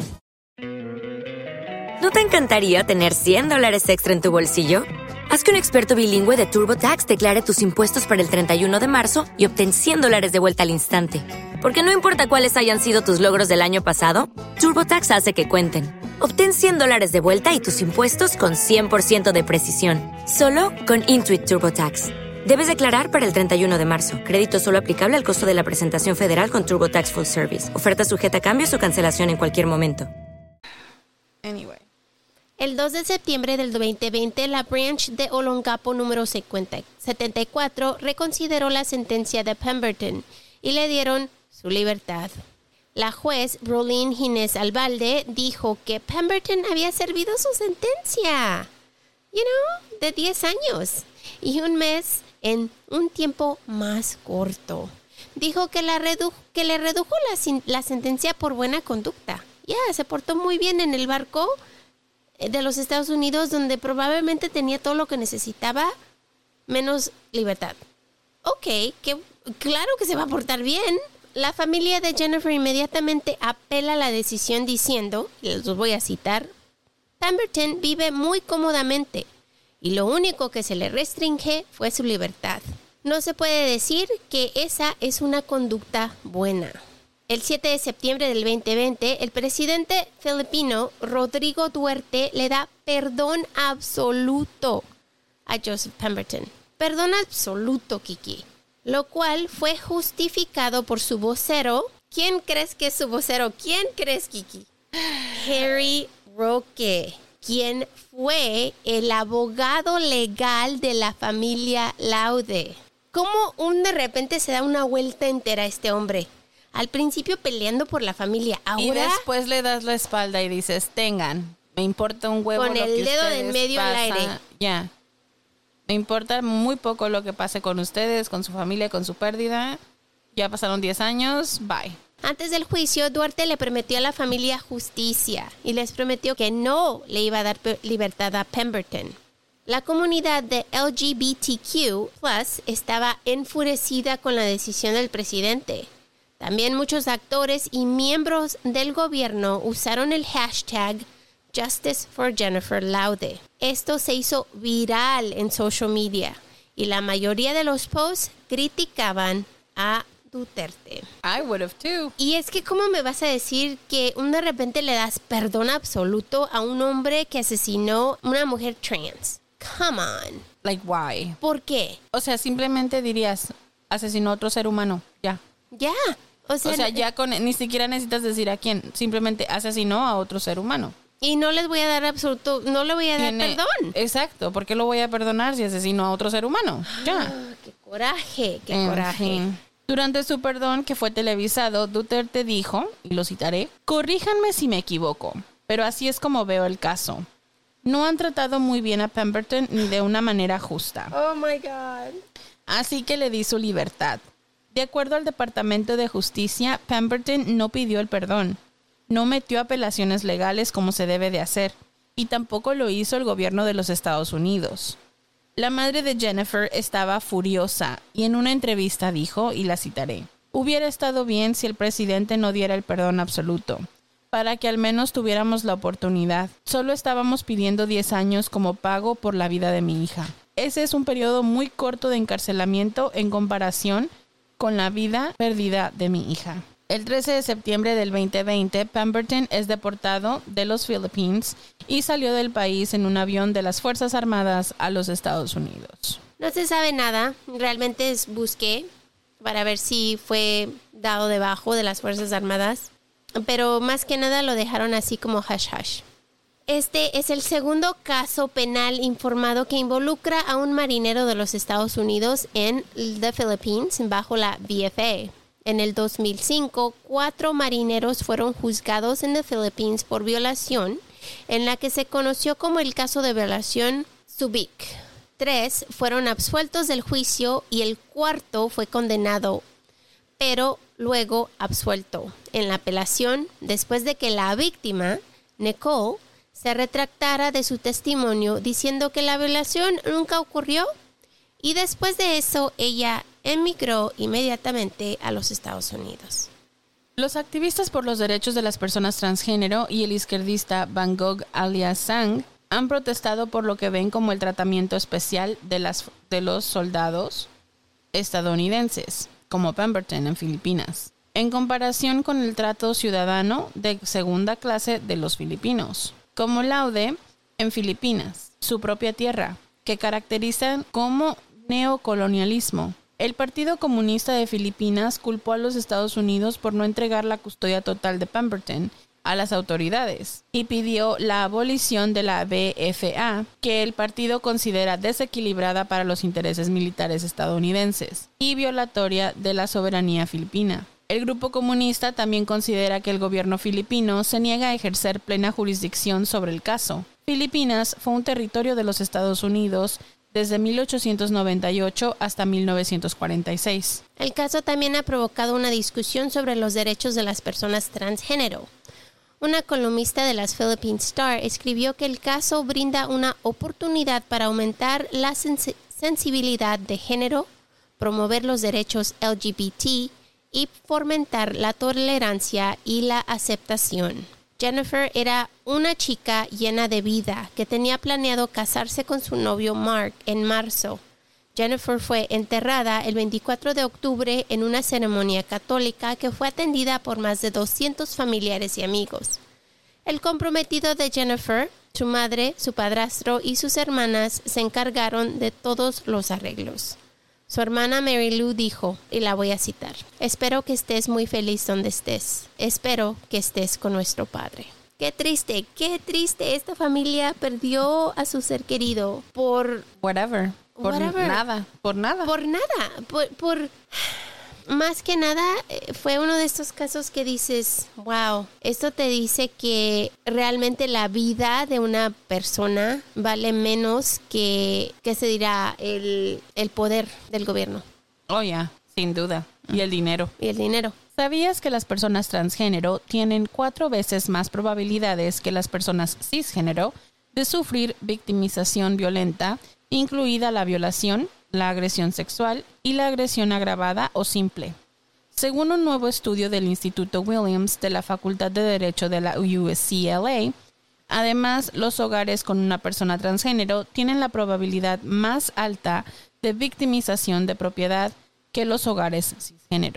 ¿No te encantaría tener cien dólares extra en tu bolsillo? Haz que un experto bilingüe de TurboTax declare tus impuestos para el treinta y uno de marzo y obtén cien dólares de vuelta al instante. Porque no importa cuáles hayan sido tus logros del año pasado, TurboTax hace que cuenten. Obtén cien dólares de vuelta y tus impuestos con cien por ciento de precisión. Solo con Intuit TurboTax. Debes declarar para el treinta y uno de marzo. Crédito solo aplicable al costo de la presentación federal con TurboTax Full Service. Oferta sujeta a cambios o cancelación en cualquier momento. Anyway. El dos de septiembre del veinte veinte, la Branch de Olongapo número setenta y cuatro reconsideró la sentencia de Pemberton y le dieron su libertad. La juez Rolín Ginés Albalde dijo que Pemberton había servido su sentencia, you know, de diez años y un mes en un tiempo más corto. Dijo que, la redu- que le redujo la, la sentencia por buena conducta. Ya, yeah, se portó muy bien en el barco de los Estados Unidos, donde probablemente tenía todo lo que necesitaba, menos libertad. Ok, que, claro que se va a portar bien. La familia de Jennifer inmediatamente apela la decisión diciendo, y los voy a citar, Pemberton vive muy cómodamente y lo único que se le restringe fue su libertad. No se puede decir que esa es una conducta buena. El siete de septiembre del veinte veinte, el presidente filipino Rodrigo Duterte le da perdón absoluto a Joseph Pemberton. Perdón absoluto, Kiki. Lo cual fue justificado por su vocero. ¿Quién crees que es su vocero? ¿Quién crees, Kiki? Harry Roque, quien fue el abogado legal de la familia Laude. ¿Cómo un de repente se da una vuelta entera a este hombre? Al principio peleando por la familia, ahora... Y después le das la espalda y dices, tengan, me importa un huevo con lo el que dedo ustedes en medio pasan. al aire. Ya, yeah. Me importa muy poco lo que pase con ustedes, con su familia, con su pérdida. Ya pasaron diez años, bye. Antes del juicio, Duarte le prometió a la familia justicia y les prometió que no le iba a dar libertad a Pemberton. La comunidad de L G B T Q plus estaba enfurecida con la decisión del presidente. También muchos actores y miembros del gobierno usaron el hashtag Justice for Jennifer Laude. Esto se hizo viral en social media y la mayoría de los posts criticaban a Duterte. I would have too. Y es que ¿cómo me vas a decir que un de repente le das perdón absoluto a un hombre que asesinó a una mujer trans? Come on. Like, why? ¿Por qué? O sea, simplemente dirías, asesinó a otro ser humano, ya. Ya. O sea, o sea ya con ni siquiera necesitas decir a quién, simplemente asesinó a otro ser humano. Y no les voy a dar absoluto, no le voy a dar Tiene, perdón. Exacto, ¿por qué lo voy a perdonar si asesinó a otro ser humano? Ya. Ah, qué coraje, qué en coraje. Fin. Durante su perdón, que fue televisado, Duterte dijo, y lo citaré, corríjanme si me equivoco, pero así es como veo el caso. No han tratado muy bien a Pemberton ni de una manera justa. Oh my God. Así que le di su libertad. De acuerdo al Departamento de Justicia, Pemberton no pidió el perdón. No metió apelaciones legales como se debe de hacer, y tampoco lo hizo el gobierno de los Estados Unidos. La madre de Jennifer estaba furiosa y en una entrevista dijo, y la citaré, hubiera estado bien si el presidente no diera el perdón absoluto, para que al menos tuviéramos la oportunidad. Solo estábamos pidiendo diez años como pago por la vida de mi hija. Ese es un periodo muy corto de encarcelamiento en comparación con la vida perdida de mi hija. El trece de septiembre del veinte veinte, Pemberton es deportado de los Philippines y salió del país en un avión de las Fuerzas Armadas a los Estados Unidos. No se sabe nada. Realmente busqué para ver si fue dado de bajo de las Fuerzas Armadas, pero más que nada lo dejaron así como hash hash. Este es el segundo caso penal informado que involucra a un marinero de los Estados Unidos en the Philippines bajo la V F A. En el dos mil cinco, cuatro marineros fueron juzgados en the Philippines por violación, en la que se conoció como el caso de violación Subic. Tres fueron absueltos del juicio y el cuarto fue condenado, pero luego absuelto en la apelación después de que la víctima, Nicole, se retractara de su testimonio diciendo que la violación nunca ocurrió, y después de eso ella emigró inmediatamente a los Estados Unidos. Los activistas por los derechos de las personas transgénero y el izquierdista Van Gogh alias Sang han protestado por lo que ven como el tratamiento especial de, las, de los soldados estadounidenses, como Pemberton en Filipinas, en comparación con el trato ciudadano de segunda clase de los filipinos, como Laude en Filipinas, su propia tierra, que caracterizan como neocolonialismo. El Partido Comunista de Filipinas culpó a los Estados Unidos por no entregar la custodia total de Pemberton a las autoridades y pidió la abolición de la V F A, que el partido considera desequilibrada para los intereses militares estadounidenses y violatoria de la soberanía filipina. El grupo comunista también considera que el gobierno filipino se niega a ejercer plena jurisdicción sobre el caso. Filipinas fue un territorio de los Estados Unidos desde mil ochocientos noventa y ocho hasta mil novecientos cuarenta y seis. El caso también ha provocado una discusión sobre los derechos de las personas transgénero. Una columnista de las Philippine Star escribió que el caso brinda una oportunidad para aumentar la sens- sensibilidad de género, promover los derechos L G B T y fomentar la tolerancia y la aceptación. Jennifer era una chica llena de vida que tenía planeado casarse con su novio Mark en marzo. Jennifer fue enterrada el veinticuatro de octubre en una ceremonia católica que fue atendida por más de doscientos familiares y amigos. El comprometido de Jennifer, su madre, su padrastro y sus hermanas se encargaron de todos los arreglos. Su hermana Mary Lou dijo, y la voy a citar, espero que estés muy feliz donde estés. Espero que estés con nuestro padre. Qué triste, qué triste. Esta familia perdió a su ser querido por... Whatever. Por Whatever. nada. Por nada. Por nada. Por, por... Más que nada, fue uno de estos casos que dices, wow, esto te dice que realmente la vida de una persona vale menos que, que se dirá, el, el poder del gobierno. Oh, ya, yeah, sin duda. Y el dinero. Y el dinero. ¿Sabías que las personas transgénero tienen cuatro veces más probabilidades que las personas cisgénero de sufrir victimización violenta, incluida la violación, la agresión sexual y la agresión agravada o simple? Según un nuevo estudio del Instituto Williams de la Facultad de Derecho de la U C L A, además, los hogares con una persona transgénero tienen la probabilidad más alta de victimización de propiedad que los hogares cisgénero.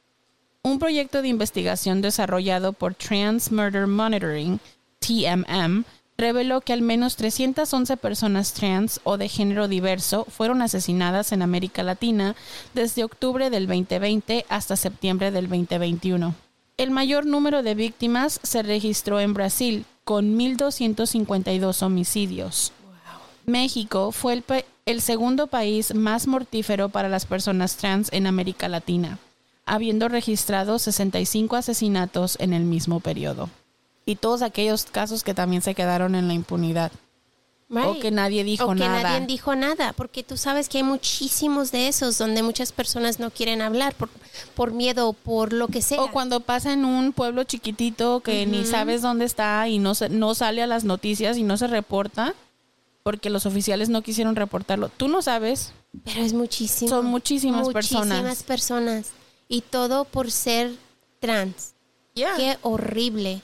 Un proyecto de investigación desarrollado por Trans Murder Monitoring, T M M, reveló que al menos trescientas once personas trans o de género diverso fueron asesinadas en América Latina desde octubre del veinte veinte hasta septiembre del veinte veintiuno. El mayor número de víctimas se registró en Brasil, con mil doscientos cincuenta y dos homicidios. Wow. México fue el, pa- el segundo país más mortífero para las personas trans en América Latina, habiendo registrado sesenta y cinco asesinatos en el mismo periodo. Y todos aquellos casos que también se quedaron en la impunidad. Right. O que nadie dijo o que nada. nadie dijo nada, porque tú sabes que hay muchísimos de esos donde muchas personas no quieren hablar por, por miedo, por lo que sea. O cuando pasa en un pueblo chiquitito que uh-huh. ni sabes dónde está y no, se, no sale a las noticias y no se reporta porque los oficiales no quisieron reportarlo. Tú no sabes. Pero es muchísimo. Son muchísimas, muchísimas personas. Muchísimas personas. Y todo por ser trans. Yeah. Qué horrible.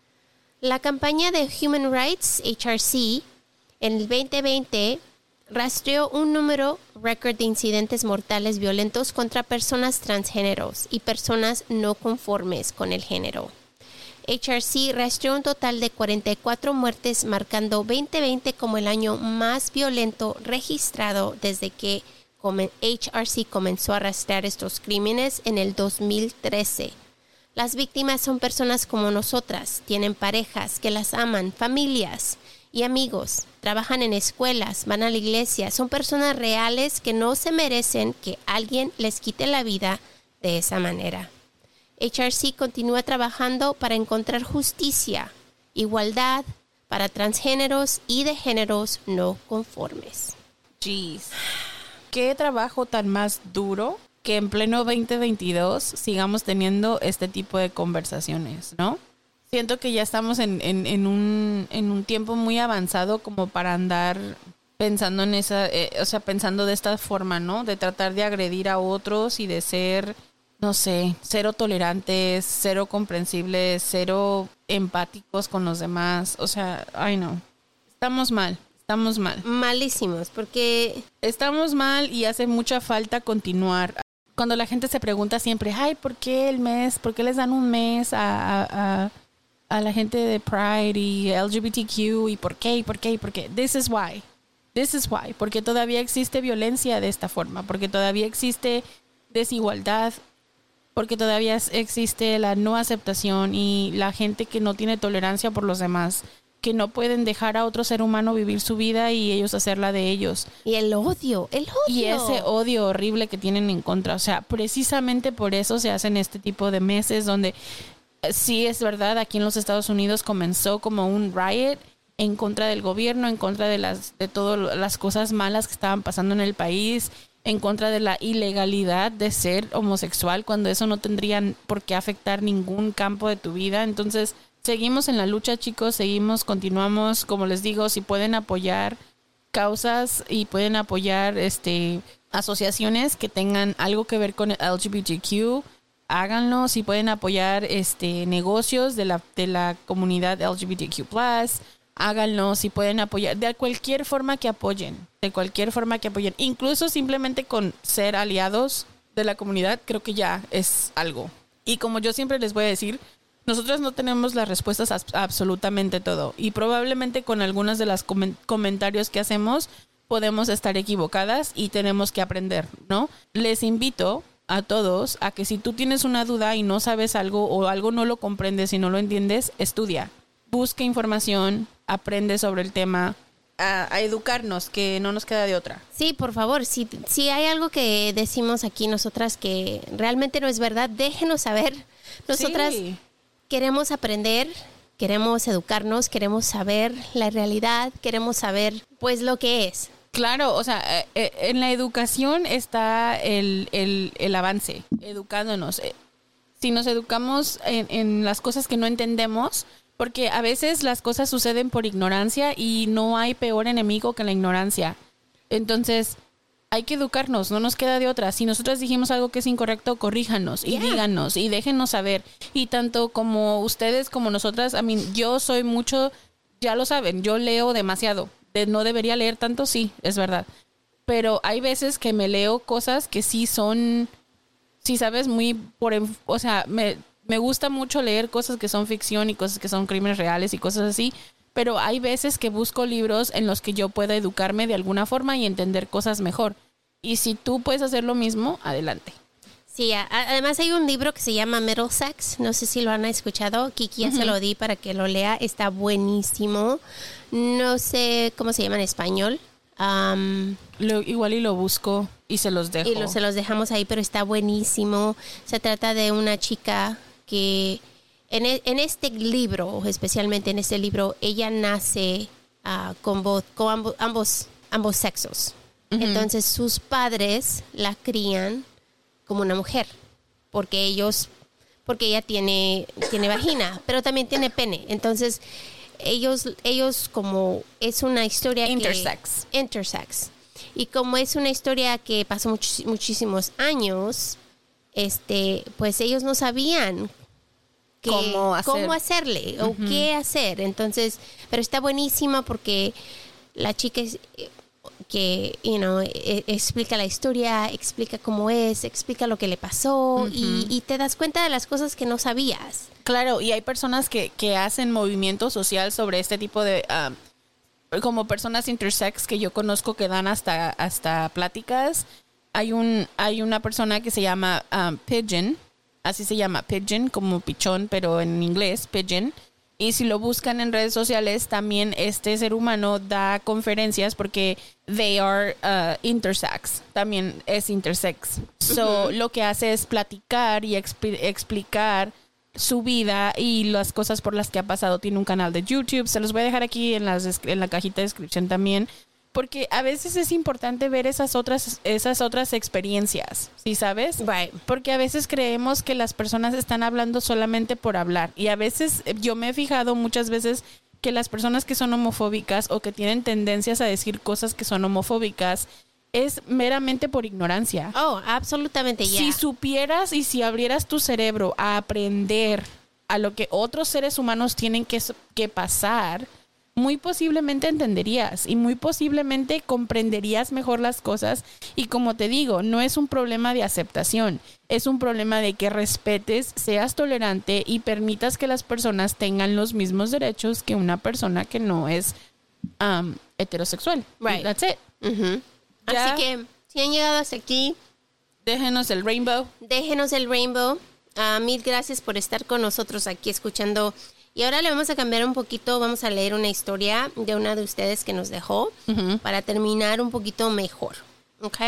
La campaña de Human Rights, H R C, en el veinte veinte rastreó un número récord de incidentes mortales violentos contra personas transgéneros y personas no conformes con el género. H R C rastreó un total de cuarenta y cuatro muertes, marcando veinte veinte como el año más violento registrado desde que H R C comenzó a rastrear estos crímenes en el dos mil trece. Las víctimas son personas como nosotras, tienen parejas que las aman, familias y amigos, trabajan en escuelas, van a la iglesia, son personas reales que no se merecen que alguien les quite la vida de esa manera. H R C continúa trabajando para encontrar justicia, igualdad para transgéneros y de géneros no conformes. Jeez. Qué trabajo tan más duro que en pleno veinte veintidós sigamos teniendo este tipo de conversaciones, ¿no? Siento que ya estamos en, en, en, un, en un tiempo muy avanzado como para andar pensando en esa, eh, o sea, pensando de esta forma, ¿no? De tratar de agredir a otros y de ser, no sé, cero tolerantes, cero comprensibles, cero empáticos con los demás. O sea, ay no, estamos mal. Estamos mal. Malísimos, porque... Estamos mal y hace mucha falta continuar. Cuando la gente se pregunta siempre, ay, ¿por qué el mes? ¿Por qué les dan un mes a, a, a, a la gente de Pride y L G B T Q? ¿Y por qué? ¿Y por qué? ¿Y por qué? This is why. This is why. Porque todavía existe violencia de esta forma. Porque todavía existe desigualdad. Porque todavía existe la no aceptación y la gente que no tiene tolerancia por los demás, que no pueden dejar a otro ser humano vivir su vida y ellos hacerla de ellos. Y el odio, el odio. Y ese odio horrible que tienen en contra. O sea, precisamente por eso se hacen este tipo de meses donde sí es verdad, aquí en los Estados Unidos comenzó como un riot en contra del gobierno, en contra de las de todas las cosas malas que estaban pasando en el país, en contra de la ilegalidad de ser homosexual, cuando eso no tendría por qué afectar ningún campo de tu vida. Entonces, seguimos en la lucha, chicos, seguimos, continuamos, como les digo, si pueden apoyar causas y pueden apoyar este asociaciones que tengan algo que ver con el L G B T Q, háganlo. Si pueden apoyar este negocios de la de la comunidad L G B T Q plus, háganlo. Si pueden apoyar de cualquier forma que apoyen, de cualquier forma que apoyen, incluso simplemente con ser aliados de la comunidad, creo que ya es algo. Y como yo siempre les voy a decir, nosotros no tenemos las respuestas a absolutamente todo y probablemente con algunos de los coment- comentarios que hacemos podemos estar equivocadas y tenemos que aprender, ¿no? Les invito a todos a que si tú tienes una duda y no sabes algo o algo no lo comprendes y no lo entiendes, estudia, busca información, aprende sobre el tema, a, a educarnos, que no nos queda de otra. Sí, por favor, si, si hay algo que decimos aquí nosotras que realmente no es verdad, déjenos saber. Nosotras... Sí. Queremos aprender, queremos educarnos, queremos saber la realidad, queremos saber pues lo que es. Claro, o sea, eh, en la educación está el, el, el avance, educándonos. Si nos educamos en, en las cosas que no entendemos, porque a veces las cosas suceden por ignorancia y no hay peor enemigo que la ignorancia. Entonces, hay que educarnos, no nos queda de otra. Si nosotros dijimos algo que es incorrecto, corríjanos y yeah. díganos y déjenos saber. Y tanto como ustedes como nosotras, I mean, yo soy mucho, ya lo saben, yo leo demasiado. De, no debería leer tanto, sí, es verdad. Pero hay veces que me leo cosas que sí son, sí sabes, muy por, o sea, me, me gusta mucho leer cosas que son ficción y cosas que son crímenes reales y cosas así. pero hay veces que busco libros en los que yo pueda educarme de alguna forma y entender cosas mejor. Y si tú puedes hacer lo mismo, adelante. Sí, a- además hay un libro que se llama Middlesex, no sé si lo han escuchado, Kiki ya uh-huh. se lo di para que lo lea, está buenísimo, no sé cómo se llama en español. Um, lo, igual y lo busco y se los dejo. Y lo, se los dejamos ahí, pero está buenísimo. Se trata de una chica que en, e, en este libro, especialmente en este libro, ella nace uh, con, voz, con ambos, ambos, ambos sexos. Uh-huh. Entonces sus padres la crían como una mujer, porque ellos, porque ella tiene, tiene vagina, pero también tiene pene. Entonces, ellos, ellos como es una historia intersex. que... Intersex. Y como es una historia que pasó much, muchísimos años, este, pues ellos no sabían que, cómo, hacer. cómo hacerle o uh-huh. qué hacer. Entonces, pero está buenísima porque la chica es... que, you know, e- explica la historia, explica cómo es, explica lo que le pasó uh-huh. y, y te das cuenta de las cosas que no sabías. Claro, y hay personas que, que hacen movimiento social sobre este tipo de... Um, como personas intersex que yo conozco que dan hasta, hasta pláticas. Hay, un, hay una persona que se llama um, Pigeon, así se llama, Pigeon, como pichón, pero en inglés, Pigeon. Y si lo buscan en redes sociales, también este ser humano da conferencias porque they are uh, intersex. También es intersex. So, uh-huh. lo que hace es platicar y exp- explicar su vida y las cosas por las que ha pasado. Tiene un canal de YouTube. Se los voy a dejar aquí en, las, en la cajita de descripción también. Porque a veces es importante ver esas otras, esas otras experiencias, ¿sí sabes? Right. Porque a veces creemos que las personas están hablando solamente por hablar. Y a veces, yo me he fijado muchas veces que las personas que son homofóbicas o que tienen tendencias a decir cosas que son homofóbicas es meramente por ignorancia. Oh, absolutamente, ya. Si supieras y si abrieras tu cerebro a aprender a lo que otros seres humanos tienen que, que pasar... muy posiblemente entenderías y muy posiblemente comprenderías mejor las cosas. Y como te digo, no es un problema de aceptación, es un problema de que respetes, seas tolerante y permitas que las personas tengan los mismos derechos que una persona que no es um, heterosexual. Right. That's it. Uh-huh. Así que, si han llegado hasta aquí, déjenos el rainbow. Déjenos el rainbow. Uh, mil gracias por estar con nosotros aquí escuchando. Y ahora le vamos a cambiar un poquito, vamos a leer una historia de una de ustedes que nos dejó uh-huh. para terminar un poquito mejor, ¿ok?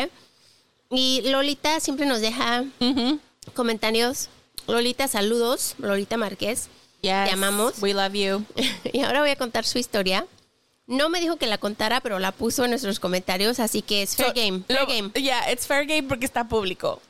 Y Lolita siempre nos deja uh-huh. comentarios. Lolita, saludos. Lolita Márquez. Yes, te amamos. We love you. Y ahora voy a contar su historia. No me dijo que la contara, pero la puso en nuestros comentarios, así que es fair so, game. Fair lo, game. Yeah, it's fair game porque está público.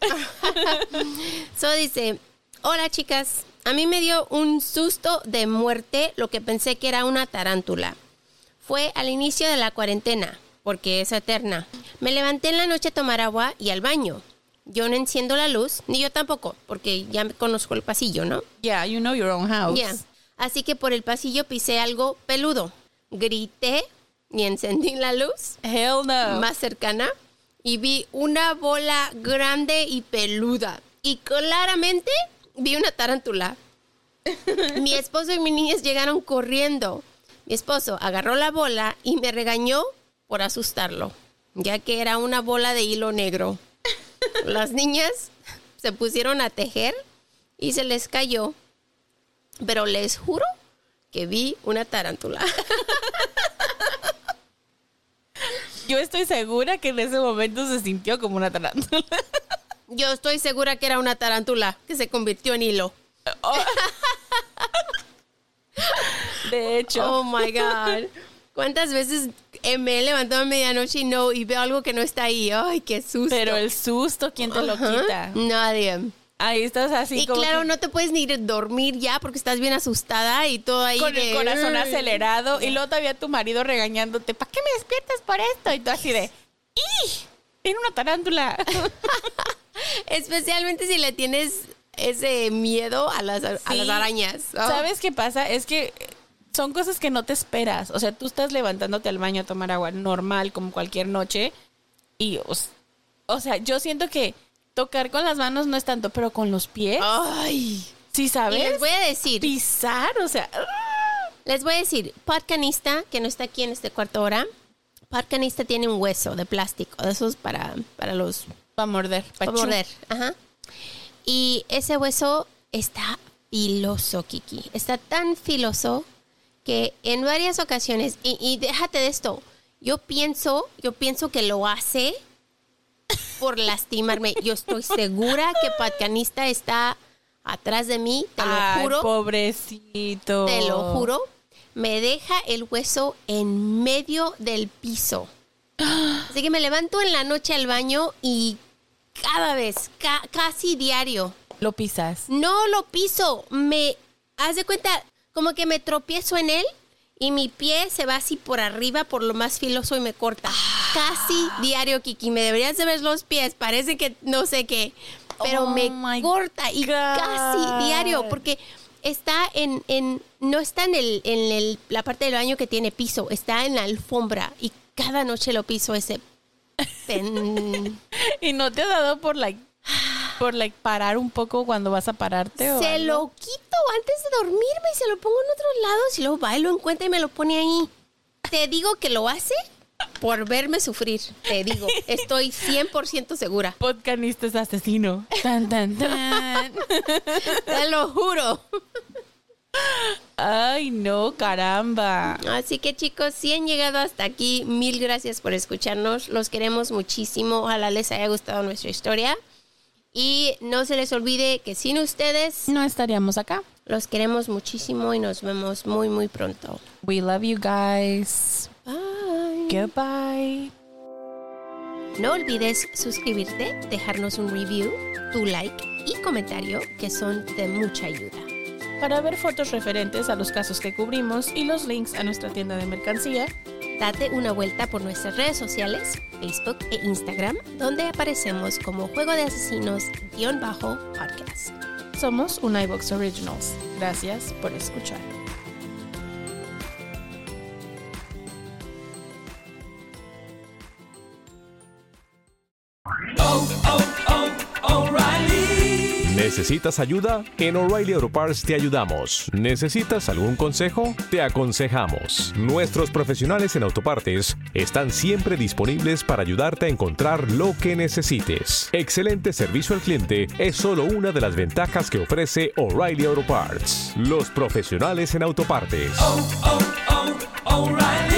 So dice, hola chicas. A mí me dio un susto de muerte lo que pensé que era una tarántula. Fue al inicio de la cuarentena, porque es eterna. Me levanté en la noche a tomar agua y al baño. Yo no enciendo la luz, ni yo tampoco, porque ya conozco el pasillo, ¿no? Yeah, you know your own house. Yeah. Así que por el pasillo pisé algo peludo. Grité y encendí la luz. Hell no. Más cercana. Y vi una bola grande y peluda. Y claramente... vi una tarántula. Mi esposo y mis niñas llegaron corriendo. Mi esposo agarró la bola y me regañó por asustarlo, ya que era una bola de hilo negro. Las niñas se pusieron a tejer y se les cayó. Pero les juro que vi una tarántula. Yo estoy segura que en ese momento se sintió como una tarántula. Yo estoy segura que era una tarántula que se convirtió en hilo. Oh. De hecho. Oh my God. ¿Cuántas veces me he levantado a medianoche y no y veo algo que no está ahí? Ay, qué susto. Pero el susto, ¿quién te lo uh-huh. quita? Nadie. Ahí estás así y como claro, que... no te puedes ni ir a dormir ya porque estás bien asustada y todo ahí con de... el corazón acelerado. Y luego todavía tu marido regañándote, ¿para qué me despiertas por esto? Y tú así de, ¡ih! Tiene una tarántula. Especialmente si le tienes ese miedo a las, sí. a las arañas. Oh. ¿Sabes qué pasa? Es que son cosas que no te esperas. O sea, tú estás levantándote al baño a tomar agua normal como cualquier noche. Y, o, o sea, yo siento que tocar con las manos no es tanto, pero con los pies. Ay. ¿Sí sabes? Y les voy a decir. Pisar, o sea... Les voy a decir, Podcanista, que no está aquí en este cuarto hora, Podcanista tiene un hueso de plástico, de esos para, para los... Para morder. Para morder, ajá. Y ese hueso está filoso, Kiki. Está tan filoso que en varias ocasiones, y, y déjate de esto, yo pienso, yo pienso que lo hace por lastimarme. Yo estoy segura que Podcanista está atrás de mí, te lo Ay, juro. Pobrecito. Te lo juro. Me deja el hueso en medio del piso. Así que me levanto en la noche al baño y cada vez, ca- casi diario. ¿Lo pisas? No lo piso. Me, haz de cuenta, como que me tropiezo en él y mi pie se va así por arriba, por lo más filoso y me corta. Ah. Casi diario, Kiki. Me deberías de ver los pies. Parece que no sé qué. Pero oh me corta y God. Casi diario porque... Está en, en no está en el en el, la parte del baño que tiene piso, está en la alfombra y cada noche lo piso ese. Pen... ¿Y no te ha dado por like por like parar un poco cuando vas a pararte? O se algo? Lo quito antes de dormirme y se lo pongo en otros lados y luego va y lo encuentra y me lo pone ahí. Te digo que lo hace por verme sufrir. Te digo, estoy cien por ciento segura. Podcanista es asesino. Tan, tan, tan. Te lo juro. Ay, no, caramba. Así que, chicos, si han llegado hasta aquí, mil gracias por escucharnos. Los queremos muchísimo. Ojalá les haya gustado nuestra historia. Y no se les olvide que sin ustedes no estaríamos acá. Los queremos muchísimo y nos vemos muy, muy pronto. We love you guys. Bye. Goodbye. No olvides suscribirte, dejarnos un review, tu like y comentario que son de mucha ayuda. Para ver fotos referentes a los casos que cubrimos y los links a nuestra tienda de mercancía, date una vuelta por nuestras redes sociales, Facebook e Instagram, donde aparecemos como Juego de Asesinos-podcast. Somos un iVox Originals. Gracias por escuchar. Oh, oh, oh, O'Reilly. ¿Necesitas ayuda? En O'Reilly Auto Parts te ayudamos. ¿Necesitas algún consejo? Te aconsejamos. Nuestros profesionales en autopartes están siempre disponibles para ayudarte a encontrar lo que necesites. Excelente servicio al cliente es solo una de las ventajas que ofrece O'Reilly Auto Parts. Los profesionales en autopartes. Oh, oh, oh, O'Reilly.